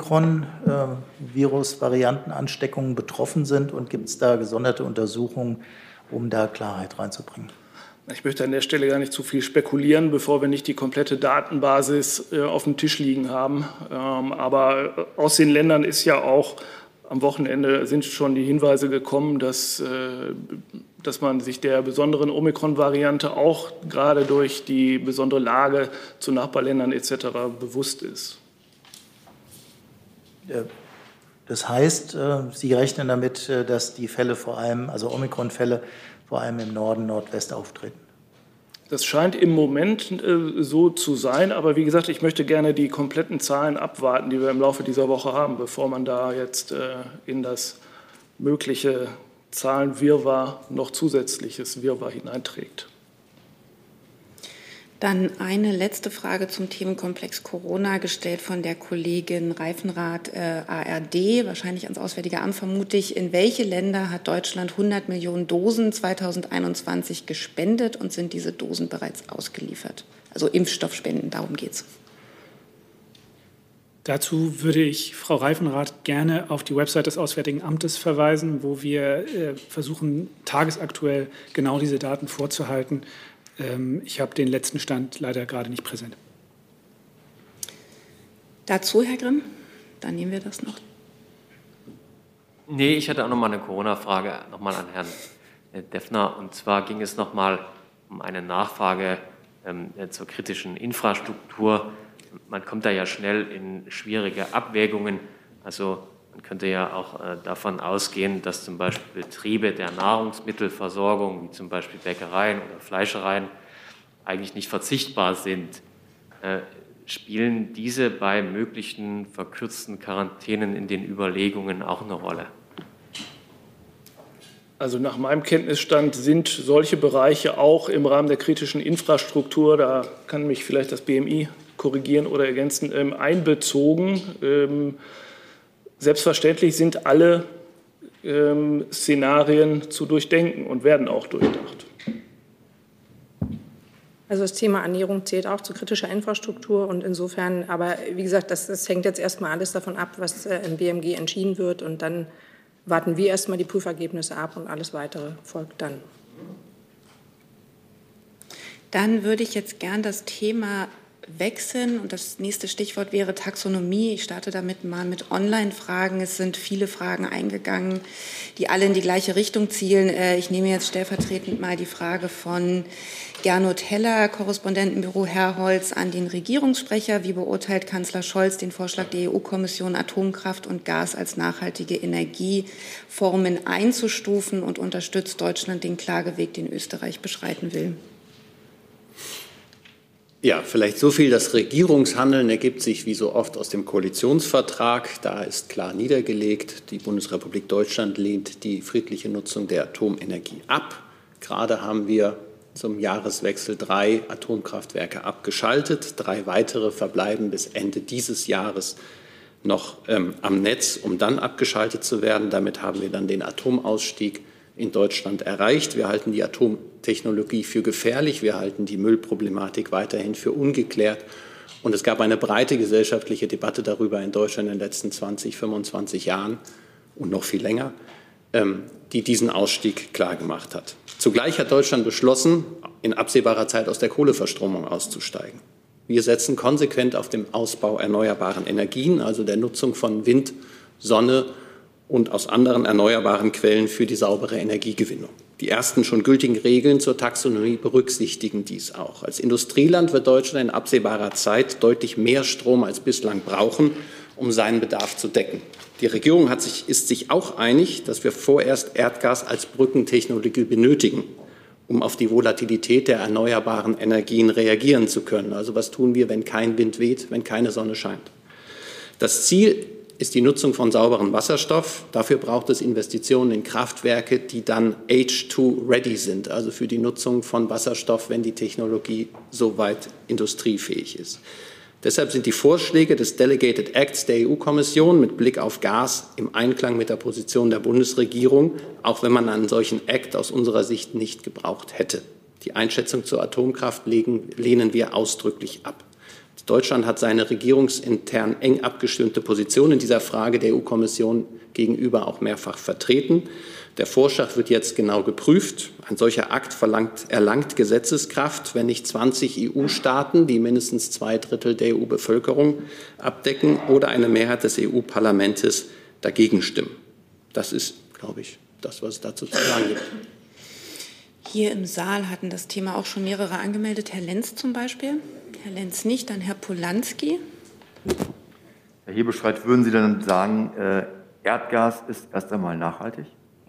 Omikron-Virus-Variantenansteckungen betroffen sind? Und gibt es da gesonderte Untersuchungen, um da Klarheit reinzubringen? Ich möchte an der Stelle gar nicht zu viel spekulieren, bevor wir nicht die komplette Datenbasis äh, auf dem Tisch liegen haben. Ähm, aber aus den Ländern ist ja auch am Wochenende sind schon die Hinweise gekommen, dass, äh, dass man sich der besonderen Omikron-Variante auch gerade durch die besondere Lage zu Nachbarländern et cetera bewusst ist. Das heißt, Sie rechnen damit, dass die Fälle vor allem, also Omikron-Fälle, vor allem im Norden, Nordwest auftreten? Das scheint im Moment äh, so zu sein. Aber wie gesagt, ich möchte gerne die kompletten Zahlen abwarten, die wir im Laufe dieser Woche haben, bevor man da jetzt äh, in das mögliche Zahlenwirrwarr noch zusätzliches Wirrwarr hineinträgt. Dann eine letzte Frage zum Themenkomplex Corona, gestellt von der Kollegin Reifenrath, äh, A R D, wahrscheinlich ans Auswärtige Amt vermute ich. In welche Länder hat Deutschland hundert Millionen Dosen zweitausendeinundzwanzig gespendet und sind diese Dosen bereits ausgeliefert? Also Impfstoffspenden, darum geht es. Dazu würde ich Frau Reifenrath gerne auf die Website des Auswärtigen Amtes verweisen, wo wir äh, versuchen, tagesaktuell genau diese Daten vorzuhalten. Ähm, ich habe den letzten Stand leider gerade nicht präsent. Dazu, Herr Grimm, dann nehmen wir das noch. Nee, ich hatte auch noch mal eine Corona-Frage nochmal an Herrn Deffner. Und zwar ging es noch mal um eine Nachfrage ähm, zur kritischen Infrastruktur. Man kommt da ja schnell in schwierige Abwägungen. Also man könnte ja auch äh, davon ausgehen, dass zum Beispiel Betriebe der Nahrungsmittelversorgung, wie zum Beispiel Bäckereien oder Fleischereien, eigentlich nicht verzichtbar sind. Äh, spielen diese bei möglichen verkürzten Quarantänen in den Überlegungen auch eine Rolle? Also nach meinem Kenntnisstand sind solche Bereiche auch im Rahmen der kritischen Infrastruktur, da kann mich vielleicht das B M I korrigieren oder ergänzen, ähm, einbezogen. Ähm, selbstverständlich sind alle ähm, Szenarien zu durchdenken und werden auch durchdacht. Also das Thema Ernährung zählt auch zu kritischer Infrastruktur und insofern, aber wie gesagt, das, das hängt jetzt erstmal alles davon ab, was äh, im B M G entschieden wird und dann warten wir erstmal die Prüfergebnisse ab und alles Weitere folgt dann. Dann würde ich jetzt gern das Thema wechseln und das nächste Stichwort wäre Taxonomie. Ich starte damit mal mit Online-Fragen. Es sind viele Fragen eingegangen, die alle in die gleiche Richtung zielen. Ich nehme jetzt stellvertretend mal die Frage von Gernot Heller, Korrespondentenbüro Herholz, an den Regierungssprecher. Wie beurteilt Kanzler Scholz den Vorschlag der E U-Kommission, Atomkraft und Gas als nachhaltige Energieformen einzustufen und unterstützt Deutschland den Klageweg, den Österreich beschreiten will? Ja, vielleicht so viel. Das Regierungshandeln ergibt sich wie so oft aus dem Koalitionsvertrag. Da ist klar niedergelegt, die Bundesrepublik Deutschland lehnt die friedliche Nutzung der Atomenergie ab. Gerade haben wir zum Jahreswechsel drei Atomkraftwerke abgeschaltet. Drei weitere verbleiben bis Ende dieses Jahres noch ähm, am Netz, um dann abgeschaltet zu werden. Damit haben wir dann den Atomausstieg in Deutschland erreicht. Wir halten die Atomtechnologie für gefährlich. Wir halten die Müllproblematik weiterhin für ungeklärt. Und es gab eine breite gesellschaftliche Debatte darüber in Deutschland in den letzten zwanzig, fünfundzwanzig Jahren und noch viel länger, die diesen Ausstieg klargemacht hat. Zugleich hat Deutschland beschlossen, in absehbarer Zeit aus der Kohleverstromung auszusteigen. Wir setzen konsequent auf den Ausbau erneuerbaren Energien, also der Nutzung von Wind, Sonne und aus anderen erneuerbaren Quellen für die saubere Energiegewinnung. Die ersten schon gültigen Regeln zur Taxonomie berücksichtigen dies auch. Als Industrieland wird Deutschland in absehbarer Zeit deutlich mehr Strom als bislang brauchen, um seinen Bedarf zu decken. Die Regierung hat sich, ist sich auch einig, dass wir vorerst Erdgas als Brückentechnologie benötigen, um auf die Volatilität der erneuerbaren Energien reagieren zu können. Also was tun wir, wenn kein Wind weht, wenn keine Sonne scheint? Das Ziel ist die Nutzung von sauberem Wasserstoff. Dafür braucht es Investitionen in Kraftwerke, die dann H zwei ready sind, also für die Nutzung von Wasserstoff, wenn die Technologie soweit industriefähig ist. Deshalb sind die Vorschläge des Delegated Acts der E U-Kommission mit Blick auf Gas im Einklang mit der Position der Bundesregierung, auch wenn man einen solchen Act aus unserer Sicht nicht gebraucht hätte. Die Einschätzung zur Atomkraft legen, lehnen wir ausdrücklich ab. Deutschland hat seine regierungsintern eng abgestimmte Position in dieser Frage der E U-Kommission gegenüber auch mehrfach vertreten. Der Vorschlag wird jetzt genau geprüft. Ein solcher Akt verlangt, erlangt Gesetzeskraft, wenn nicht zwanzig E U-Staaten, die mindestens zwei Drittel der E U-Bevölkerung abdecken, oder eine Mehrheit des E U-Parlaments dagegen stimmen. Das ist, glaube ich, das, was es dazu zu sagen gibt. Hier im Saal hatten das Thema auch schon mehrere angemeldet. Herr Lenz zum Beispiel. Herr Lenz nicht, dann Herr Polanski. Herr Hebestreit, würden Sie dann sagen, äh, Erdgas ist erst einmal nachhaltig?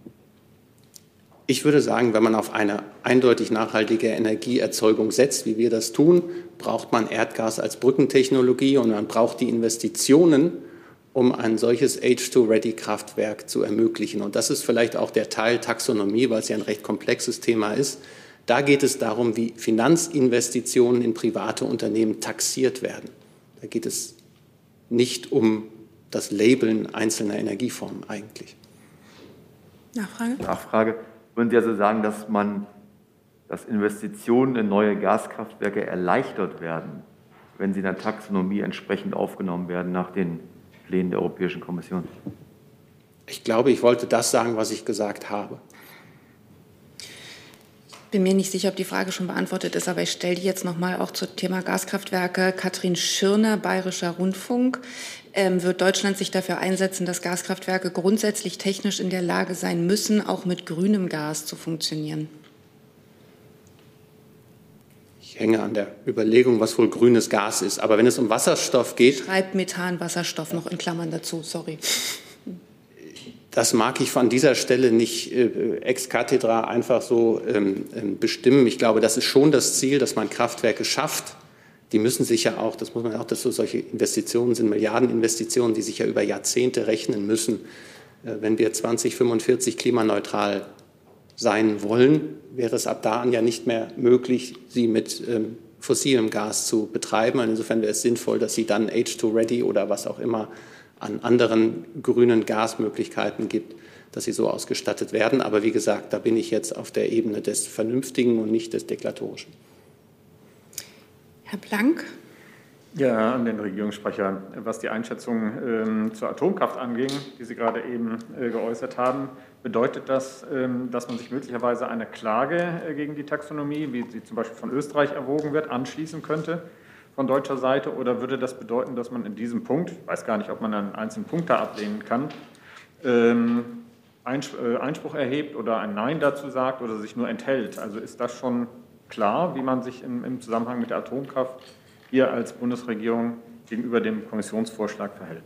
Ich würde sagen, wenn man auf eine eindeutig nachhaltige Energieerzeugung setzt, wie wir das tun, braucht man Erdgas als Brückentechnologie und man braucht die Investitionen, um ein solches H zwei ready Kraftwerk zu ermöglichen. Und das ist vielleicht auch der Teil Taxonomie, weil es ja ein recht komplexes Thema ist. Da geht es darum, wie Finanzinvestitionen in private Unternehmen taxiert werden. Da geht es nicht um das Labeln einzelner Energieformen eigentlich. Nachfrage? Nachfrage. Würden Sie also sagen, dass man, dass Investitionen in neue Gaskraftwerke erleichtert werden wenn sie in der Taxonomie entsprechend aufgenommen werden nach den Plänen der Europäischen Kommission? Ich glaube, ich wollte das sagen, was ich gesagt habe. Ich bin mir nicht sicher, ob die Frage schon beantwortet ist, aber ich stelle die jetzt noch mal auch zum Thema Gaskraftwerke. Katrin Schirner, Bayerischer Rundfunk. Ähm, wird Deutschland sich dafür einsetzen, dass Gaskraftwerke grundsätzlich technisch in der Lage sein müssen, auch mit grünem Gas zu funktionieren? Ich hänge an der Überlegung, was wohl grünes Gas ist. Aber wenn es um Wasserstoff geht... Schreibt Methan, Wasserstoff noch in Klammern dazu, sorry. Das mag ich von dieser Stelle nicht äh, ex cathedra einfach so ähm, ähm, bestimmen. Ich glaube, das ist schon das Ziel, dass man Kraftwerke schafft. Die müssen sich ja auch, das muss man auch, dass so solche Investitionen sind, Milliardeninvestitionen, die sich ja über Jahrzehnte rechnen müssen. Äh, wenn wir zwanzig fünfundvierzig klimaneutral sein wollen, wäre es ab da an ja nicht mehr möglich, sie mit ähm, fossilem Gas zu betreiben. Und insofern wäre es sinnvoll, dass sie dann H zwei ready oder was auch immer an anderen grünen Gasmöglichkeiten gibt, dass sie so ausgestattet werden. Aber wie gesagt, da bin ich jetzt auf der Ebene des Vernünftigen und nicht des Deklatorischen. Herr Blank. Ja, an den Regierungssprecher. Was die Einschätzung ähm, zur Atomkraft anging, die Sie gerade eben äh, geäußert haben, bedeutet das, ähm, dass man sich möglicherweise eine Klage äh, gegen die Taxonomie, wie sie zum Beispiel von Österreich erwogen wird, anschließen könnte von deutscher Seite? Oder würde das bedeuten, dass man in diesem Punkt, ich weiß gar nicht, ob man einen einzelnen Punkt da ablehnen kann, ähm, Einspruch erhebt oder ein Nein dazu sagt oder sich nur enthält? Also ist das schon klar, wie man sich im, im Zusammenhang mit der Atomkraft hier als Bundesregierung gegenüber dem Kommissionsvorschlag verhält?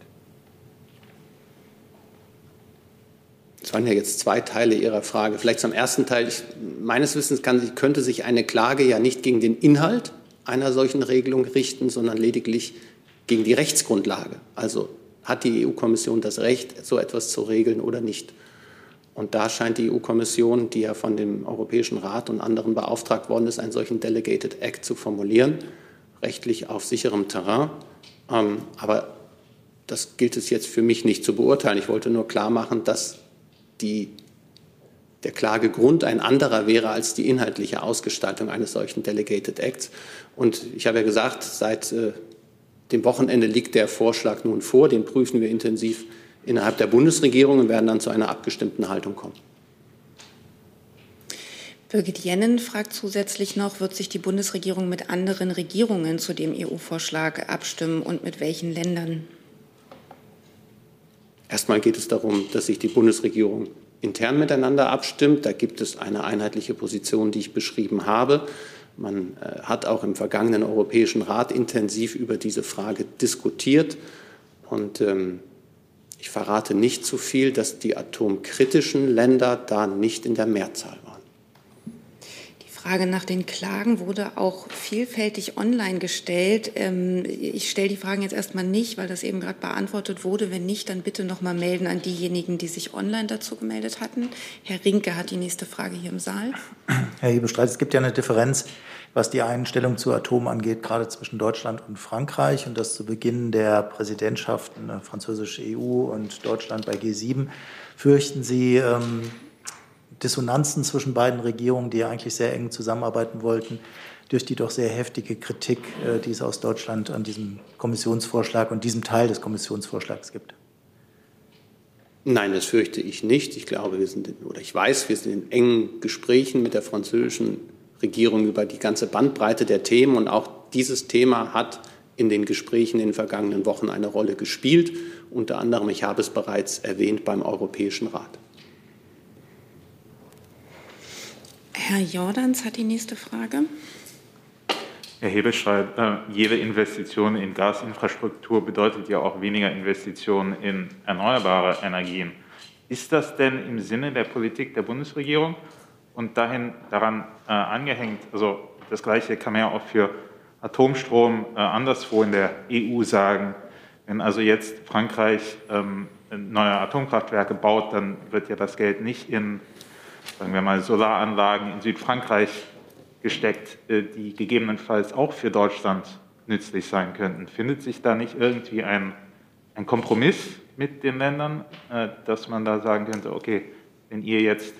Das waren ja jetzt zwei Teile Ihrer Frage. Vielleicht zum ersten Teil. Ich, meines Wissens kann, könnte sich eine Klage ja nicht gegen den Inhalt einer solchen Regelung richten, sondern lediglich gegen die Rechtsgrundlage. Also hat die E U-Kommission das Recht, so etwas zu regeln oder nicht? Und da scheint die E U-Kommission, die ja von dem Europäischen Rat und anderen beauftragt worden ist, einen solchen Delegated Act zu formulieren, rechtlich auf sicherem Terrain. Ähm, aber das gilt es jetzt für mich nicht zu beurteilen. Ich wollte nur klar machen, dass die, der Klagegrund ein anderer wäre als die inhaltliche Ausgestaltung eines solchen Delegated Acts. Und ich habe ja gesagt, seit äh, dem Wochenende liegt der Vorschlag nun vor. Den prüfen wir intensiv innerhalb der Bundesregierung und werden dann zu einer abgestimmten Haltung kommen. Birgit Jennen fragt zusätzlich noch, wird sich die Bundesregierung mit anderen Regierungen zu dem E U-Vorschlag abstimmen und mit welchen Ländern? Erstmal geht es darum, dass sich die Bundesregierung intern miteinander abstimmt. Da gibt es eine einheitliche Position, die ich beschrieben habe. Man äh, hat auch im vergangenen Europäischen Rat intensiv über diese Frage diskutiert. Und ähm, ich verrate nicht zu viel, dass die atomkritischen Länder da nicht in der Mehrzahl waren. Die Frage nach den Klagen wurde auch vielfältig online gestellt. Ich stelle die Fragen jetzt erstmal nicht, weil das eben gerade beantwortet wurde. Wenn nicht, dann bitte noch mal melden an diejenigen, die sich online dazu gemeldet hatten. Herr Rinke hat die nächste Frage hier im Saal. Herr Hebestreit, es gibt ja eine Differenz, was die Einstellung zu Atom angeht, gerade zwischen Deutschland und Frankreich. Und das zu Beginn der Präsidentschaften, französische E U und Deutschland bei G sieben. Fürchten Sie ähm, Dissonanzen zwischen beiden Regierungen, die ja eigentlich sehr eng zusammenarbeiten wollten, durch die doch sehr heftige Kritik, äh, die es aus Deutschland an diesem Kommissionsvorschlag und diesem Teil des Kommissionsvorschlags gibt? Nein, das fürchte ich nicht. Ich glaube, wir sind, in, oder ich weiß, wir sind in engen Gesprächen mit der französischen Regierung über die ganze Bandbreite der Themen. Und auch dieses Thema hat in den Gesprächen in den vergangenen Wochen eine Rolle gespielt. Unter anderem, ich habe es bereits erwähnt, beim Europäischen Rat. Herr Jordans hat die nächste Frage. Herr Hebestreit, äh, jede Investition in Gasinfrastruktur bedeutet ja auch weniger Investitionen in erneuerbare Energien. Ist das denn im Sinne der Politik der Bundesregierung und dahin daran äh, angehängt? Also das Gleiche kann man ja auch für Atomstrom äh, anderswo in der E U sagen. Wenn also jetzt Frankreich ähm, neue Atomkraftwerke baut, dann wird ja das Geld nicht in, sagen wir mal, Solaranlagen in Südfrankreich gesteckt, die gegebenenfalls auch für Deutschland nützlich sein könnten. Findet sich da nicht irgendwie ein, ein Kompromiss mit den Ländern, dass man da sagen könnte, okay, wenn ihr jetzt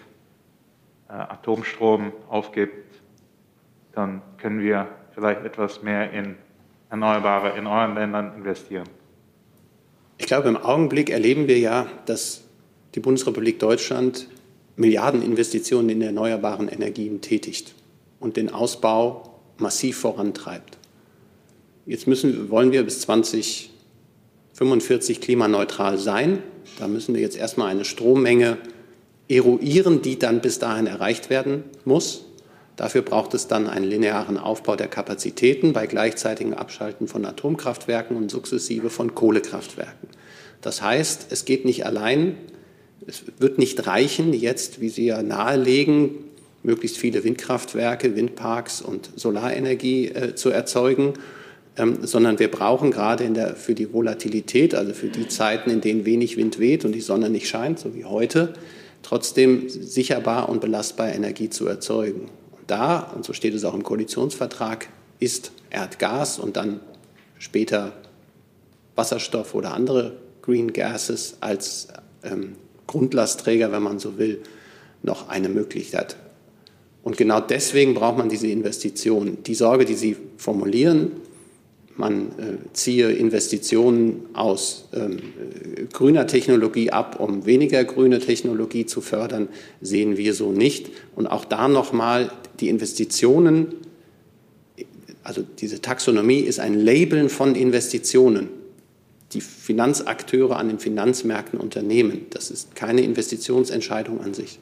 Atomstrom aufgebt, dann können wir vielleicht etwas mehr in Erneuerbare in euren Ländern investieren? Ich glaube, im Augenblick erleben wir ja, dass die Bundesrepublik Deutschland Milliardeninvestitionen in erneuerbaren Energien tätigt und den Ausbau massiv vorantreibt. Jetzt müssen, wollen wir bis zweitausendfünfundvierzig klimaneutral sein. Da müssen wir jetzt erstmal eine Strommenge eruieren, die dann bis dahin erreicht werden muss. Dafür braucht es dann einen linearen Aufbau der Kapazitäten bei gleichzeitigem Abschalten von Atomkraftwerken und sukzessive von Kohlekraftwerken. Das heißt, es geht nicht allein, es wird nicht reichen, jetzt, wie Sie ja nahelegen, möglichst viele Windkraftwerke, Windparks und Solarenergie äh, zu erzeugen, ähm, sondern wir brauchen gerade in der, für die Volatilität, also für die Zeiten, in denen wenig Wind weht und die Sonne nicht scheint, so wie heute, trotzdem sicherbar und belastbar Energie zu erzeugen. Da, und so steht es auch im Koalitionsvertrag, ist Erdgas und dann später Wasserstoff oder andere Green Gases als ähm, Grundlastträger, wenn man so will, noch eine Möglichkeit. Und genau deswegen braucht man diese Investitionen. Die Sorge, die Sie formulieren, man äh, ziehe Investitionen aus ähm, grüner Technologie ab, um weniger grüne Technologie zu fördern, sehen wir so nicht. Und auch da nochmal, die Investitionen, also diese Taxonomie ist ein Labeln von Investitionen, die Finanzakteure an den Finanzmärkten unternehmen. Das ist keine Investitionsentscheidung an sich.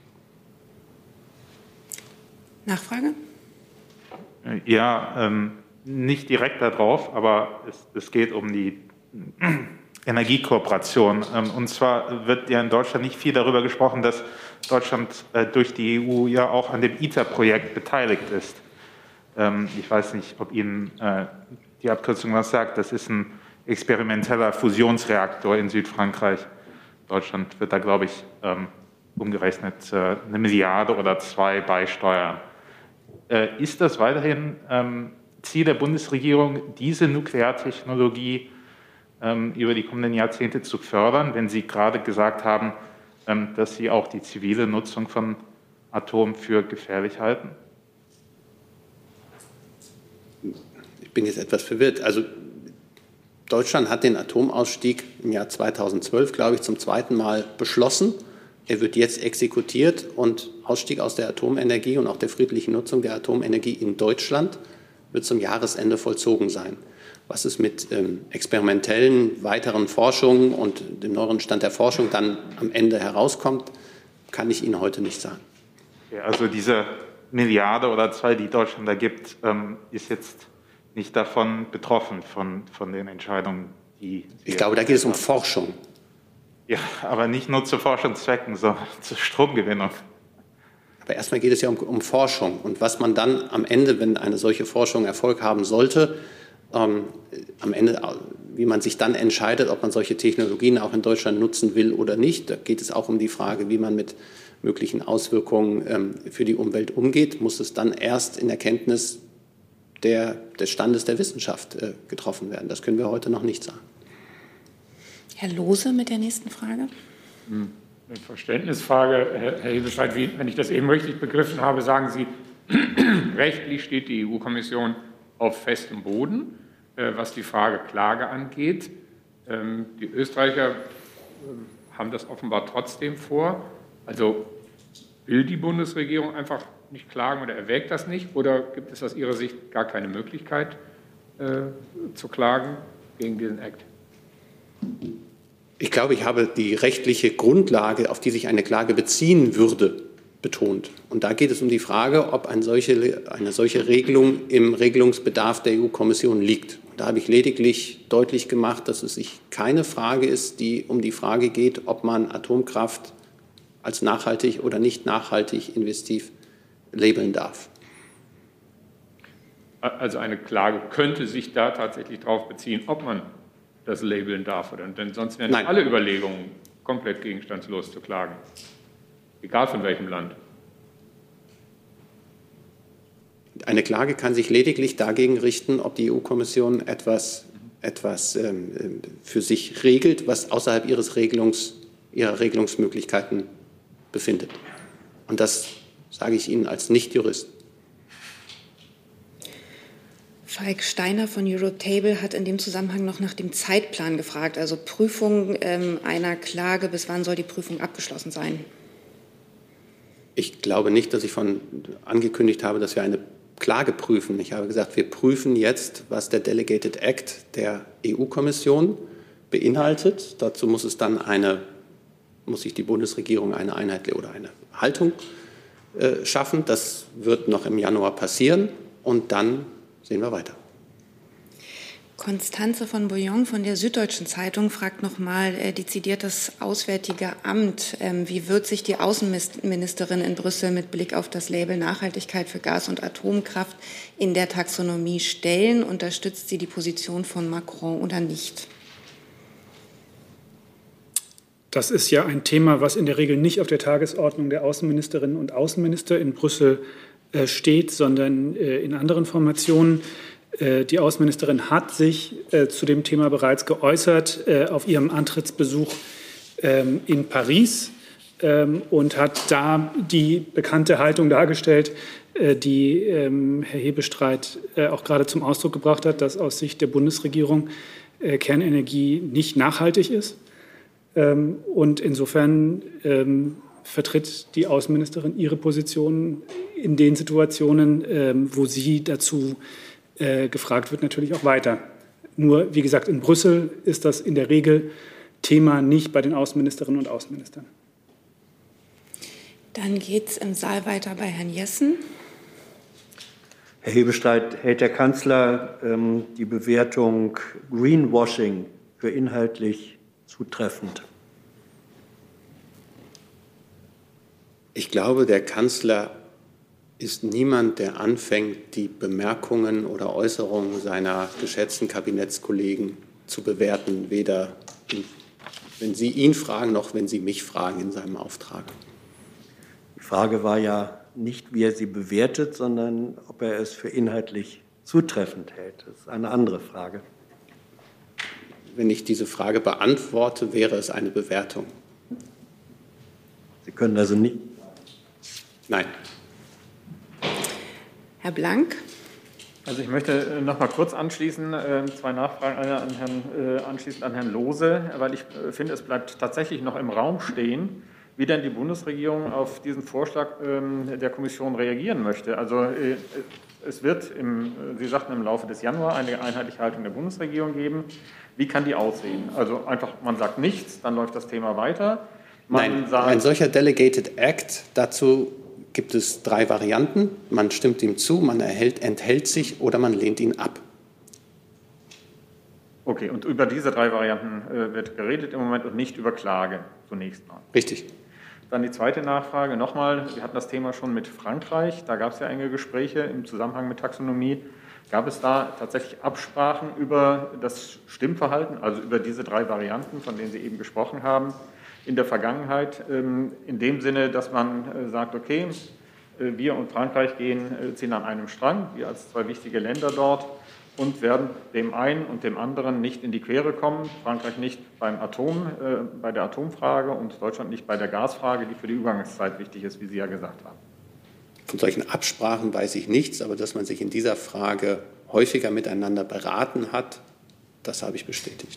Nachfrage? Ja, ähm, nicht direkt darauf, aber es, es geht um die Energiekooperation. Ähm, und zwar wird ja in Deutschland nicht viel darüber gesprochen, dass Deutschland äh, durch die E U ja auch an dem ITER-Projekt beteiligt ist. Ähm, ich weiß nicht, ob Ihnen äh, die Abkürzung was sagt. Das ist ein experimenteller Fusionsreaktor in Südfrankreich. Deutschland wird da, glaube ich, ähm, umgerechnet äh, eine Milliarde oder zwei beisteuern. Äh, ist das weiterhin ähm, Ziel der Bundesregierung, diese Nukleartechnologie ähm, über die kommenden Jahrzehnte zu fördern, wenn Sie gerade gesagt haben, ähm, dass Sie auch die zivile Nutzung von Atom für gefährlich halten? Ich bin jetzt etwas verwirrt. Also Deutschland hat den Atomausstieg im Jahr zweitausendzwölf, glaube ich, zum zweiten Mal beschlossen. Er wird jetzt exekutiert und Ausstieg aus der Atomenergie und auch der friedlichen Nutzung der Atomenergie in Deutschland wird zum Jahresende vollzogen sein. Was es mit ähm, experimentellen weiteren Forschungen und dem neueren Stand der Forschung dann am Ende herauskommt, kann ich Ihnen heute nicht sagen. Ja, also diese Milliarde oder zwei, die Deutschland da gibt, ähm, ist jetzt nicht davon betroffen, von, von den Entscheidungen, die Sie... Ich glaube, da geht es um Forschung. Ja, aber nicht nur zu Forschungszwecken, sondern zur Stromgewinnung. Aber erstmal geht es ja um, um Forschung. Und was man dann am Ende, wenn eine solche Forschung Erfolg haben sollte, ähm, am Ende, wie man sich dann entscheidet, ob man solche Technologien auch in Deutschland nutzen will oder nicht, da geht es auch um die Frage, wie man mit möglichen Auswirkungen ähm, für die Umwelt umgeht, muss es dann erst in Erkenntnis der, des Standes der Wissenschaft äh, getroffen werden. Das können wir heute noch nicht sagen. Herr Lohse mit der nächsten Frage. Eine Verständnisfrage, Herr Hebestreit, wenn ich das eben richtig begriffen habe, sagen Sie, rechtlich steht die E U-Kommission auf festem Boden, was die Frage Klage angeht. Die Österreicher haben das offenbar trotzdem vor. Also will die Bundesregierung einfach nicht klagen oder erwägt das nicht? Oder gibt es aus Ihrer Sicht gar keine Möglichkeit äh, zu klagen gegen diesen Act? Ich glaube, ich habe die rechtliche Grundlage, auf die sich eine Klage beziehen würde, betont. Und da geht es um die Frage, ob eine solche, eine solche Regelung im Regelungsbedarf der E U-Kommission liegt. Und da habe ich lediglich deutlich gemacht, dass es sich keine Frage ist, die um die Frage geht, ob man Atomkraft als nachhaltig oder nicht nachhaltig investiv labeln darf. Also eine Klage könnte sich da tatsächlich darauf beziehen, ob man das labeln darf, oder? Denn sonst wären Nein. alle Überlegungen komplett gegenstandslos zu klagen, egal von welchem Land. Eine Klage kann sich lediglich dagegen richten, ob die E U-Kommission etwas, etwas ähm, für sich regelt, was außerhalb ihres Regelungs, ihrer Regelungsmöglichkeiten befindet. Und das sage ich Ihnen als Nicht-Jurist. Falk Steiner von Eurotable hat in dem Zusammenhang noch nach dem Zeitplan gefragt, also Prüfung ähm, einer Klage. Bis wann soll die Prüfung abgeschlossen sein? Ich glaube nicht, dass ich von angekündigt habe, dass wir eine Klage prüfen. Ich habe gesagt, wir prüfen jetzt, was der Delegated Act der E U-Kommission beinhaltet. Dazu muss es dann eine, muss sich die Bundesregierung eine einheitliche oder eine Haltung äh, schaffen. Das wird noch im Januar passieren und dann sehen wir weiter. Konstanze von Bouillon von der Süddeutschen Zeitung fragt nochmal äh, dezidiert das Auswärtige Amt. Ähm, wie wird sich die Außenministerin in Brüssel mit Blick auf das Label Nachhaltigkeit für Gas- und Atomkraft in der Taxonomie stellen? Unterstützt sie die Position von Macron oder nicht? Das ist ja ein Thema, was in der Regel nicht auf der Tagesordnung der Außenministerinnen und Außenminister in Brüssel äh, steht, sondern äh, in anderen Formationen. Die Außenministerin hat sich äh, zu dem Thema bereits geäußert äh, auf ihrem Antrittsbesuch ähm, in Paris ähm, und hat da die bekannte Haltung dargestellt, äh, die ähm, Herr Hebestreit äh, auch gerade zum Ausdruck gebracht hat, dass aus Sicht der Bundesregierung äh, Kernenergie nicht nachhaltig ist. Ähm, und insofern ähm, vertritt die Außenministerin ihre Position in den Situationen, ähm, wo sie dazu Äh, gefragt wird, natürlich auch weiter. Nur, wie gesagt, in Brüssel ist das in der Regel Thema nicht bei den Außenministerinnen und Außenministern. Dann geht es im Saal weiter bei Herrn Jessen. Herr Hebestreit, hält der Kanzler ähm, die Bewertung Greenwashing für inhaltlich zutreffend? Ich glaube, der Kanzler ist niemand, der anfängt, die Bemerkungen oder Äußerungen seiner geschätzten Kabinettskollegen zu bewerten, weder wenn Sie ihn fragen, noch wenn Sie mich fragen in seinem Auftrag. Die Frage war ja nicht, wie er sie bewertet, sondern ob er es für inhaltlich zutreffend hält. Das ist eine andere Frage. Wenn ich diese Frage beantworte, wäre es eine Bewertung. Sie können also nicht. Nein. Herr Blank. Also ich möchte noch mal kurz anschließen, äh, zwei Nachfragen, eine an Herrn, äh, anschließend an Herrn Lohse, weil ich äh, finde, es bleibt tatsächlich noch im Raum stehen, wie denn die Bundesregierung auf diesen Vorschlag äh, der Kommission reagieren möchte. Also äh, es wird, im, Sie sagten, im Laufe des Januar eine einheitliche Haltung der Bundesregierung geben. Wie kann die aussehen? Also einfach, man sagt nichts, dann läuft das Thema weiter. Man Nein, sagt, ein solcher Delegated Act, dazu gibt es drei Varianten. Man stimmt ihm zu, man erhält, enthält sich oder man lehnt ihn ab. Okay, und über diese drei Varianten äh, wird geredet im Moment und nicht über Klage zunächst mal. Richtig. Dann die zweite Nachfrage nochmal. Wir hatten das Thema schon mit Frankreich. Da gab es ja enge Gespräche im Zusammenhang mit Taxonomie. Gab es da tatsächlich Absprachen über das Stimmverhalten, also über diese drei Varianten, von denen Sie eben gesprochen haben, in der Vergangenheit, in dem Sinne, dass man sagt, okay, wir und Frankreich gehen, ziehen an einem Strang, wir als zwei wichtige Länder dort, und werden dem einen und dem anderen nicht in die Quere kommen, Frankreich nicht beim Atom, äh, bei der Atomfrage und Deutschland nicht bei der Gasfrage, die für die Übergangszeit wichtig ist, wie Sie ja gesagt haben. Von solchen Absprachen weiß ich nichts, aber dass man sich in dieser Frage häufiger miteinander beraten hat, das habe ich bestätigt.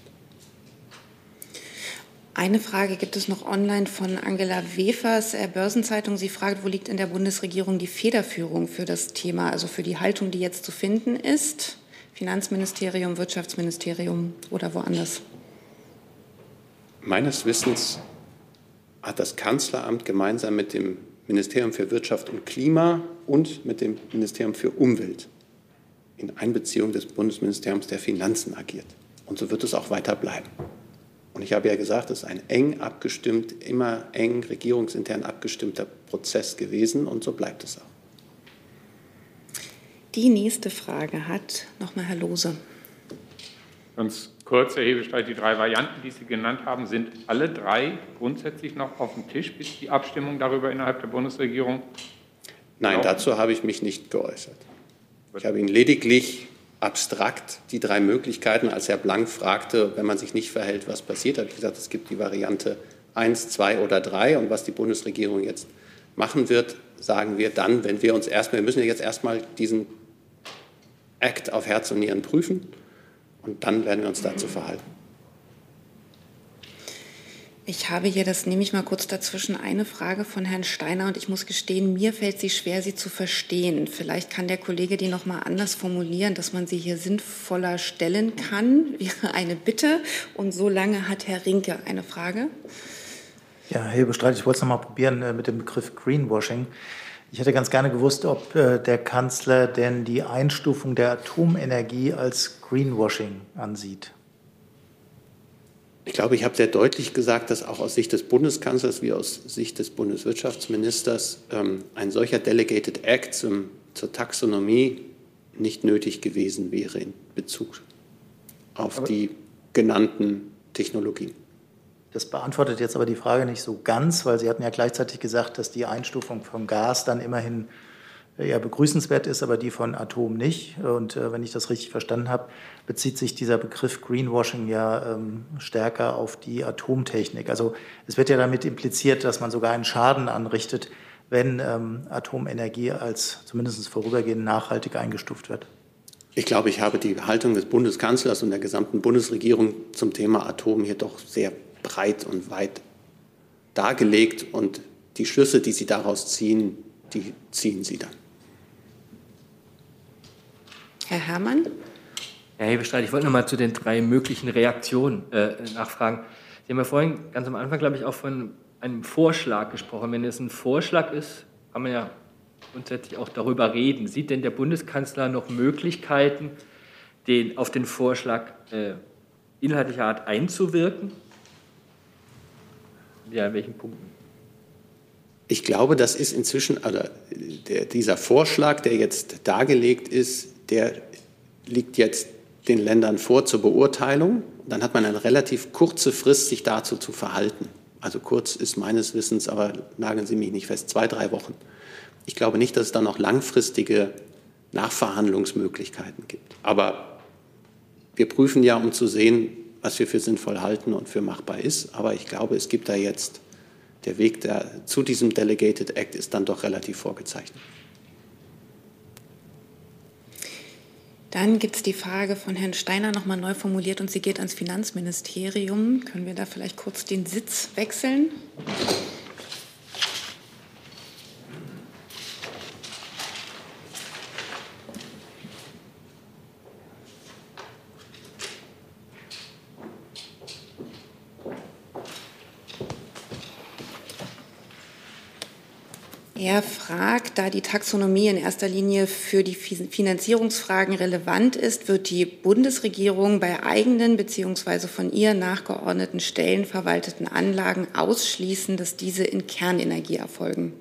Eine Frage gibt es noch online von Angela Wefers, äh, Börsenzeitung. Sie fragt, wo liegt in der Bundesregierung die Federführung für das Thema, also für die Haltung, die jetzt zu finden ist? Finanzministerium, Wirtschaftsministerium oder woanders? Meines Wissens hat das Kanzleramt gemeinsam mit dem Ministerium für Wirtschaft und Klima und mit dem Ministerium für Umwelt in Einbeziehung des Bundesministeriums der Finanzen agiert. Und so wird es auch weiter bleiben. Und ich habe ja gesagt, es ist ein eng abgestimmt, immer eng regierungsintern abgestimmter Prozess gewesen und so bleibt es auch. Die nächste Frage hat nochmal Herr Lohse. Ganz kurz, Herr Hebestreit, die drei Varianten, die Sie genannt haben, sind alle drei grundsätzlich noch auf dem Tisch, bis die Abstimmung darüber innerhalb der Bundesregierung? Nein, dazu habe ich mich nicht geäußert. Ich habe Ihnen lediglich abstrakt die drei Möglichkeiten, als Herr Blank fragte, wenn man sich nicht verhält, was passiert, habe ich gesagt, es gibt die Variante eins, zwei oder drei. Und was die Bundesregierung jetzt machen wird, sagen wir dann, wenn wir uns erstmal, wir müssen ja jetzt erstmal diesen Act auf Herz und Nieren prüfen und dann werden wir uns dazu verhalten. Ich habe hier, das nehme ich mal kurz dazwischen, eine Frage von Herrn Steiner und ich muss gestehen, mir fällt sie schwer, sie zu verstehen. Vielleicht kann der Kollege die noch mal anders formulieren, dass man sie hier sinnvoller stellen kann. Wäre eine Bitte. Und so lange hat Herr Rinke eine Frage. Ja, Herr Hebestreit, ich wollte es noch mal probieren äh, mit dem Begriff Greenwashing. Ich hätte ganz gerne gewusst, ob äh, der Kanzler denn die Einstufung der Atomenergie als Greenwashing ansieht. Ich glaube, ich habe sehr deutlich gesagt, dass auch aus Sicht des Bundeskanzlers wie aus Sicht des Bundeswirtschaftsministers ähm, ein solcher Delegated Act zum, zur Taxonomie nicht nötig gewesen wäre in Bezug auf aber die genannten Technologien. Das beantwortet jetzt aber die Frage nicht so ganz, weil Sie hatten ja gleichzeitig gesagt, dass die Einstufung von Gas dann immerhin eher begrüßenswert ist, aber die von Atom nicht. Und äh, wenn ich das richtig verstanden habe, bezieht sich dieser Begriff Greenwashing ja ähm, stärker auf die Atomtechnik. Also es wird ja damit impliziert, dass man sogar einen Schaden anrichtet, wenn ähm, Atomenergie als zumindest vorübergehend nachhaltig eingestuft wird. Ich glaube, ich habe die Haltung des Bundeskanzlers und der gesamten Bundesregierung zum Thema Atom hier doch sehr breit und weit dargelegt. Und die Schlüsse, die Sie daraus ziehen, die ziehen Sie dann. Herr Herrmann? Herr Hebestreit, ich wollte noch mal zu den drei möglichen Reaktionen äh, nachfragen. Sie haben ja vorhin ganz am Anfang, glaube ich, auch von einem Vorschlag gesprochen. Wenn es ein Vorschlag ist, kann man ja grundsätzlich auch darüber reden. Sieht denn der Bundeskanzler noch Möglichkeiten, den, auf den Vorschlag äh, inhaltlicher Art einzuwirken? Ja, in welchen Punkten? Ich glaube, das ist inzwischen, also der, dieser Vorschlag, der jetzt dargelegt ist, der liegt jetzt den Ländern vor zur Beurteilung. Dann hat man eine relativ kurze Frist, sich dazu zu verhalten. Also kurz ist meines Wissens, aber nageln Sie mich nicht fest, zwei, drei Wochen. Ich glaube nicht, dass es da noch langfristige Nachverhandlungsmöglichkeiten gibt. Aber wir prüfen ja, um zu sehen, was wir für sinnvoll halten und für machbar ist. Aber ich glaube, es gibt da jetzt, der Weg der, zu diesem Delegated Act ist dann doch relativ vorgezeichnet. Dann gibt es die Frage von Herrn Steiner noch mal neu formuliert und sie geht ans Finanzministerium. Können wir da vielleicht kurz den Sitz wechseln? Er fragt, da die Taxonomie in erster Linie für die Finanzierungsfragen relevant ist, wird die Bundesregierung bei eigenen bzw. von ihr nachgeordneten Stellen verwalteten Anlagen ausschließen, dass diese in Kernenergie erfolgen?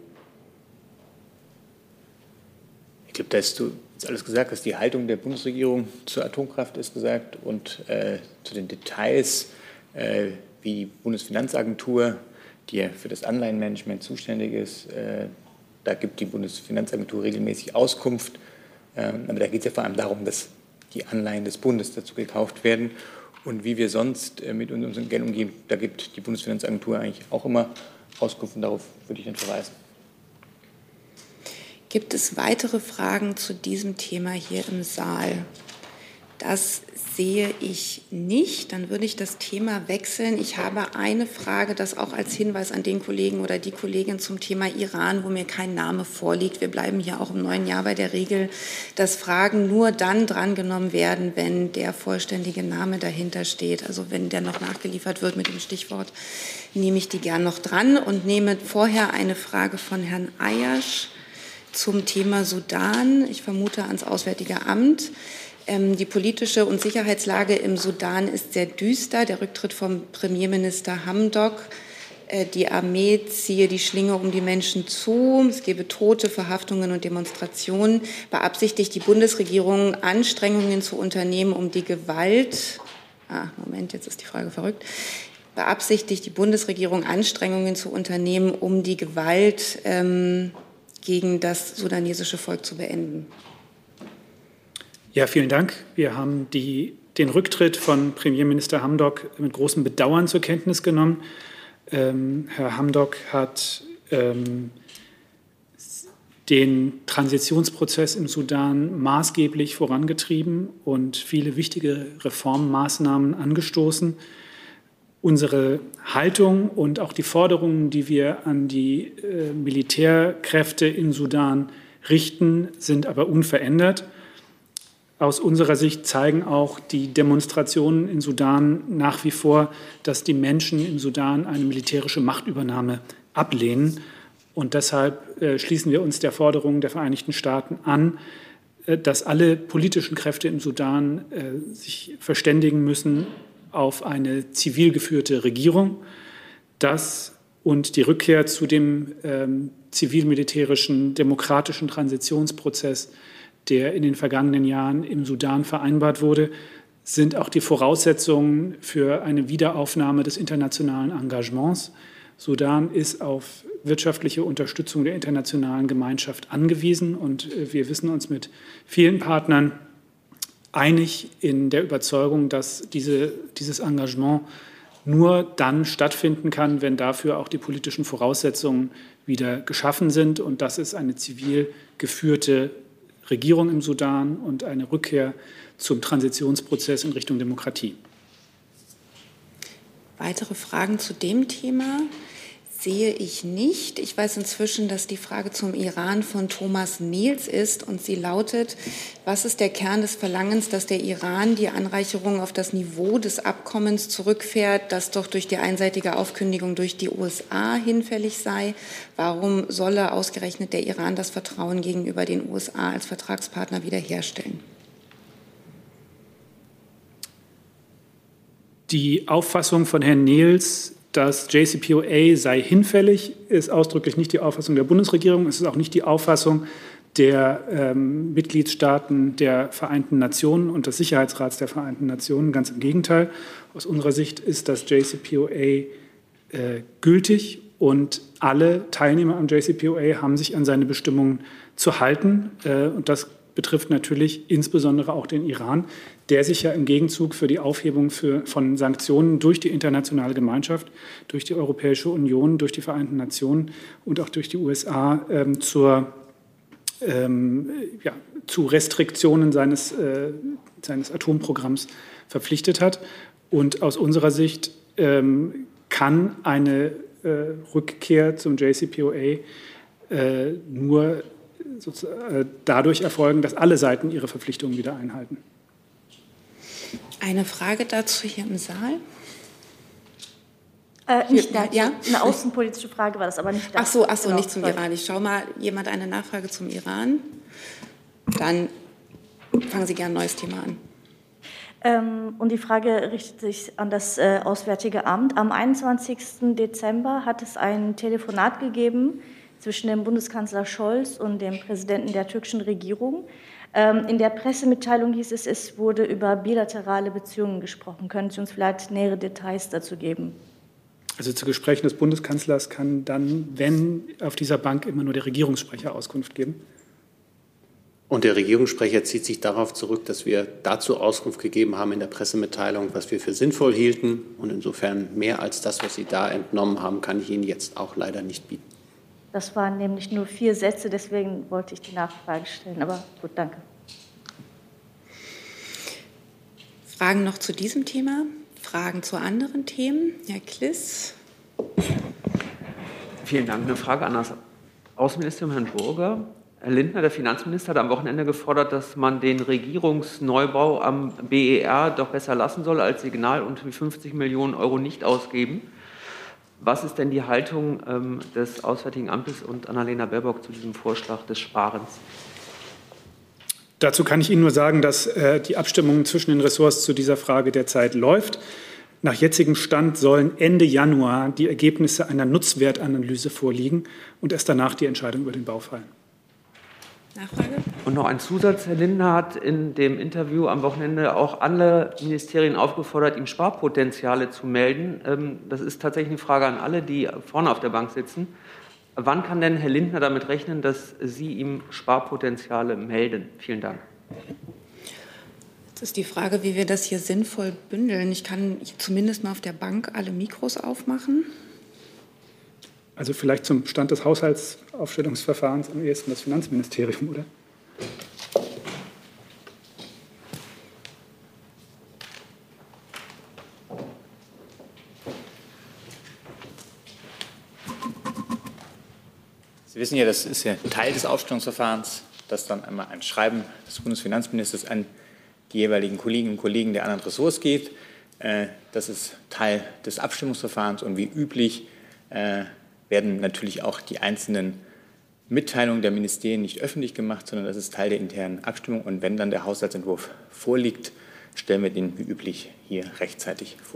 Ich glaube, da ist jetzt alles gesagt, dass die Haltung der Bundesregierung zur Atomkraft ist gesagt und äh, zu den Details, äh, wie die Bundesfinanzagentur, die ja für das Anleihenmanagement zuständig ist, äh, da gibt die Bundesfinanzagentur regelmäßig Auskunft. Ähm, aber da geht es ja vor allem darum, dass die Anleihen des Bundes dazu gekauft werden. Und wie wir sonst äh, mit unserem Geld umgehen, da gibt die Bundesfinanzagentur eigentlich auch immer Auskunft. Und darauf würde ich dann verweisen. Gibt es weitere Fragen zu diesem Thema hier im Saal? Das sehe ich nicht. Dann würde ich das Thema wechseln. Ich habe eine Frage, das auch als Hinweis an den Kollegen oder die Kollegin zum Thema Iran, wo mir kein Name vorliegt. Wir bleiben hier auch im neuen Jahr bei der Regel, dass Fragen nur dann drangenommen werden, wenn der vollständige Name dahinter steht. Also wenn der noch nachgeliefert wird mit dem Stichwort, nehme ich die gern noch dran und nehme vorher eine Frage von Herrn Ayasch zum Thema Sudan. Ich vermute ans Auswärtige Amt. Die politische und Sicherheitslage im Sudan ist sehr düster. Der Rücktritt vom Premierminister Hamdok. Die Armee ziehe die Schlinge um die Menschen zu. Es gebe Tote, Verhaftungen und Demonstrationen. Beabsichtigt die Bundesregierung, Anstrengungen zu unternehmen, um die Gewalt... Ah, Moment, jetzt ist die Frage verrückt. Beabsichtigt die Bundesregierung, Anstrengungen zu unternehmen, um die Gewalt ähm, gegen das sudanesische Volk zu beenden? Ja, vielen Dank. Wir haben die, den Rücktritt von Premierminister Hamdok mit großem Bedauern zur Kenntnis genommen. Ähm, Herr Hamdok hat ähm, den Transitionsprozess im Sudan maßgeblich vorangetrieben und viele wichtige Reformmaßnahmen angestoßen. Unsere Haltung und auch die Forderungen, die wir an die äh, Militärkräfte im Sudan richten, sind aber unverändert. Aus unserer Sicht zeigen auch die Demonstrationen im Sudan nach wie vor, dass die Menschen im Sudan eine militärische Machtübernahme ablehnen. Und deshalb äh, schließen wir uns der Forderung der Vereinigten Staaten an, äh, dass alle politischen Kräfte im Sudan äh, sich verständigen müssen auf eine zivil geführte Regierung. Das und die Rückkehr zu dem ähm, zivil-militärischen, demokratischen Transitionsprozess, der in den vergangenen Jahren im Sudan vereinbart wurde, sind auch die Voraussetzungen für eine Wiederaufnahme des internationalen Engagements. Sudan ist auf wirtschaftliche Unterstützung der internationalen Gemeinschaft angewiesen und wir wissen uns mit vielen Partnern einig in der Überzeugung, dass diese, dieses Engagement nur dann stattfinden kann, wenn dafür auch die politischen Voraussetzungen wieder geschaffen sind. Und das ist eine zivil geführte Regierung im Sudan und eine Rückkehr zum Transitionsprozess in Richtung Demokratie. Weitere Fragen zu dem Thema sehe ich nicht. Ich weiß inzwischen, dass die Frage zum Iran von Thomas Nehls ist und sie lautet: Was ist der Kern des Verlangens, dass der Iran die Anreicherung auf das Niveau des Abkommens zurückfährt, das doch durch die einseitige Aufkündigung durch die U S A hinfällig sei? Warum solle ausgerechnet der Iran das Vertrauen gegenüber den U S A als Vertragspartner wiederherstellen? Die Auffassung von Herrn Nehls, das J C P O A sei hinfällig, ist ausdrücklich nicht die Auffassung der Bundesregierung. Es ist auch nicht die Auffassung der ähm, Mitgliedstaaten der Vereinten Nationen und des Sicherheitsrats der Vereinten Nationen. Ganz im Gegenteil. Aus unserer Sicht ist das J C P O A äh, gültig und alle Teilnehmer am J C P O A haben sich an seine Bestimmungen zu halten. Äh, und das betrifft natürlich insbesondere auch den Iran, der sich ja im Gegenzug für die Aufhebung für, von Sanktionen durch die internationale Gemeinschaft, durch die Europäische Union, durch die Vereinten Nationen und auch durch die U S A ähm, zur, ähm, ja, zu Restriktionen seines, äh, seines Atomprogramms verpflichtet hat. Und aus unserer Sicht ähm, kann eine äh, Rückkehr zum J C P O A äh, nur dadurch erfolgen, dass alle Seiten ihre Verpflichtungen wieder einhalten. Eine Frage dazu hier im Saal? Äh, nicht dazu. Ja? Eine außenpolitische Frage war das, aber nicht dazu. Ach so, ach so genau. nicht zum Iran. Ich schaue mal, jemand eine Nachfrage zum Iran? Dann fangen Sie gerne ein neues Thema an. Ähm, und die Frage richtet sich an das äh, Auswärtige Amt. Am einundzwanzigsten Dezember hat es ein Telefonat gegeben zwischen dem Bundeskanzler Scholz und dem Präsidenten der türkischen Regierung. Ähm, in der Pressemitteilung hieß es, es wurde über bilaterale Beziehungen gesprochen. Können Sie uns vielleicht nähere Details dazu geben? Also zu Gesprächen des Bundeskanzlers kann dann, wenn auf dieser Bank, immer nur der Regierungssprecher Auskunft geben. Und der Regierungssprecher zieht sich darauf zurück, dass wir dazu Auskunft gegeben haben in der Pressemitteilung, was wir für sinnvoll hielten. Und insofern mehr als das, was Sie da entnommen haben, kann ich Ihnen jetzt auch leider nicht bieten. Das waren nämlich nur vier Sätze, deswegen wollte ich die Nachfrage stellen. Aber gut, danke. Fragen noch zu diesem Thema? Fragen zu anderen Themen? Herr Kliss. Vielen Dank. Eine Frage an das Außenministerium, Herrn Burger. Herr Lindner, der Finanzminister, hat am Wochenende gefordert, dass man den Regierungsneubau am B E R doch besser lassen soll als Signal und fünfzig Millionen Euro nicht ausgeben. Was ist denn die Haltung ähm, des Auswärtigen Amtes und Annalena Baerbock zu diesem Vorschlag des Sparens? Dazu kann ich Ihnen nur sagen, dass äh, die Abstimmung zwischen den Ressorts zu dieser Frage derzeit läuft. Nach jetzigem Stand sollen Ende Januar die Ergebnisse einer Nutzwertanalyse vorliegen und erst danach die Entscheidung über den Bau fallen. Nachfrage? Und noch ein Zusatz. Herr Lindner hat in dem Interview am Wochenende auch alle Ministerien aufgefordert, ihm Sparpotenziale zu melden. Das ist tatsächlich eine Frage an alle, die vorne auf der Bank sitzen. Wann kann denn Herr Lindner damit rechnen, dass Sie ihm Sparpotenziale melden? Vielen Dank. Jetzt ist die Frage, wie wir das hier sinnvoll bündeln. Ich kann zumindest mal auf der Bank alle Mikros aufmachen. Also vielleicht zum Stand des Haushaltsaufstellungsverfahrens am ehesten das Finanzministerium, oder? Sie wissen ja, das ist ja Teil des Aufstellungsverfahrens, dass dann einmal ein Schreiben des Bundesfinanzministers an die jeweiligen Kolleginnen und Kollegen der anderen Ressorts geht. Das ist Teil des Abstimmungsverfahrens und wie üblich werden natürlich auch die einzelnen Mitteilungen der Ministerien nicht öffentlich gemacht, sondern das ist Teil der internen Abstimmung. Und wenn dann der Haushaltsentwurf vorliegt, stellen wir den wie üblich hier rechtzeitig vor.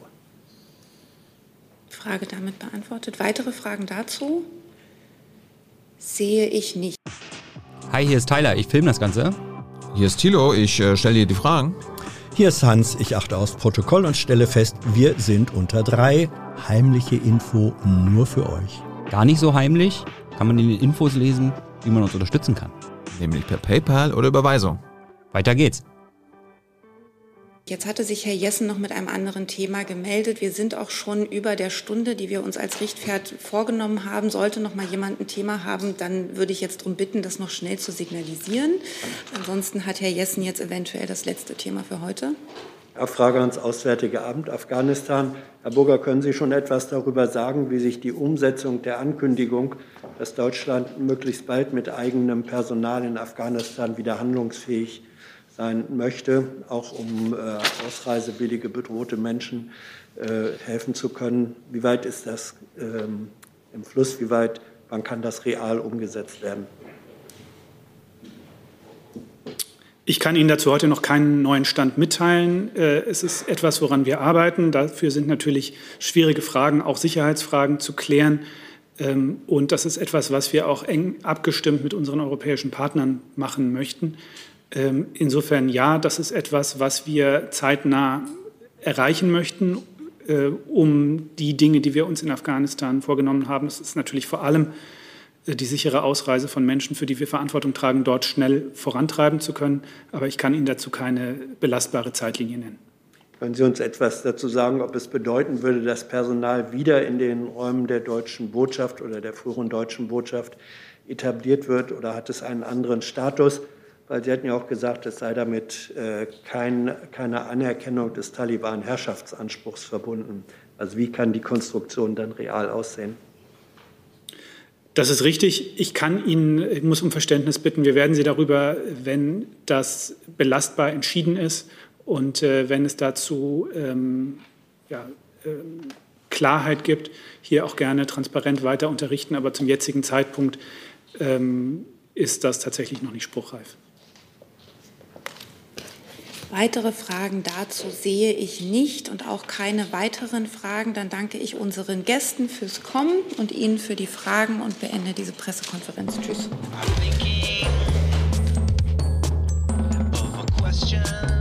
Frage damit beantwortet. Weitere Fragen dazu? Sehe ich nicht. Hi, hier ist Tyler, ich filme das Ganze. Hier ist Thilo, ich äh, stelle dir die Fragen. Hier ist Hans, ich achte aufs Protokoll und stelle fest, wir sind unter drei. Heimliche Info nur für euch. Gar nicht so heimlich, kann man in den Infos lesen, wie man uns unterstützen kann. Nämlich per PayPal oder Überweisung. Weiter geht's. Jetzt hatte sich Herr Jessen noch mit einem anderen Thema gemeldet. Wir sind auch schon über der Stunde, die wir uns als Richtwert vorgenommen haben. Sollte noch mal jemand ein Thema haben, dann würde ich jetzt darum bitten, das noch schnell zu signalisieren. Ansonsten hat Herr Jessen jetzt eventuell das letzte Thema für heute. Frage ans Auswärtige Amt Afghanistan. Herr Burger, können Sie schon etwas darüber sagen, wie sich die Umsetzung der Ankündigung, dass Deutschland möglichst bald mit eigenem Personal in Afghanistan wieder handlungsfähig sein möchte, auch um äh, ausreisewillige, bedrohte Menschen äh, helfen zu können. Wie weit ist das ähm, im Fluss? Wie weit, wann kann das real umgesetzt werden? Ich kann Ihnen dazu heute noch keinen neuen Stand mitteilen. Es ist etwas, woran wir arbeiten. Dafür sind natürlich schwierige Fragen, auch Sicherheitsfragen zu klären. Und das ist etwas, was wir auch eng abgestimmt mit unseren europäischen Partnern machen möchten. Insofern ja, das ist etwas, was wir zeitnah erreichen möchten, um die Dinge, die wir uns in Afghanistan vorgenommen haben. Das ist natürlich vor allem die sichere Ausreise von Menschen, für die wir Verantwortung tragen, dort schnell vorantreiben zu können. Aber ich kann Ihnen dazu keine belastbare Zeitlinie nennen. Können Sie uns etwas dazu sagen, ob es bedeuten würde, dass Personal wieder in den Räumen der deutschen Botschaft oder der früheren deutschen Botschaft etabliert wird, oder hat es einen anderen Status? Weil Sie hatten ja auch gesagt, es sei damit äh, kein, keine Anerkennung des Taliban-Herrschaftsanspruchs verbunden. Also wie kann die Konstruktion dann real aussehen? Das ist richtig. Ich kann Ihnen, ich muss um Verständnis bitten, wir werden Sie darüber, wenn das belastbar entschieden ist und äh, wenn es dazu ähm, ja, äh, Klarheit gibt, hier auch gerne transparent weiter unterrichten. Aber zum jetzigen Zeitpunkt ähm, ist das tatsächlich noch nicht spruchreif. Weitere Fragen dazu sehe ich nicht und auch keine weiteren Fragen. Dann danke ich unseren Gästen fürs Kommen und Ihnen für die Fragen und beende diese Pressekonferenz. Tschüss.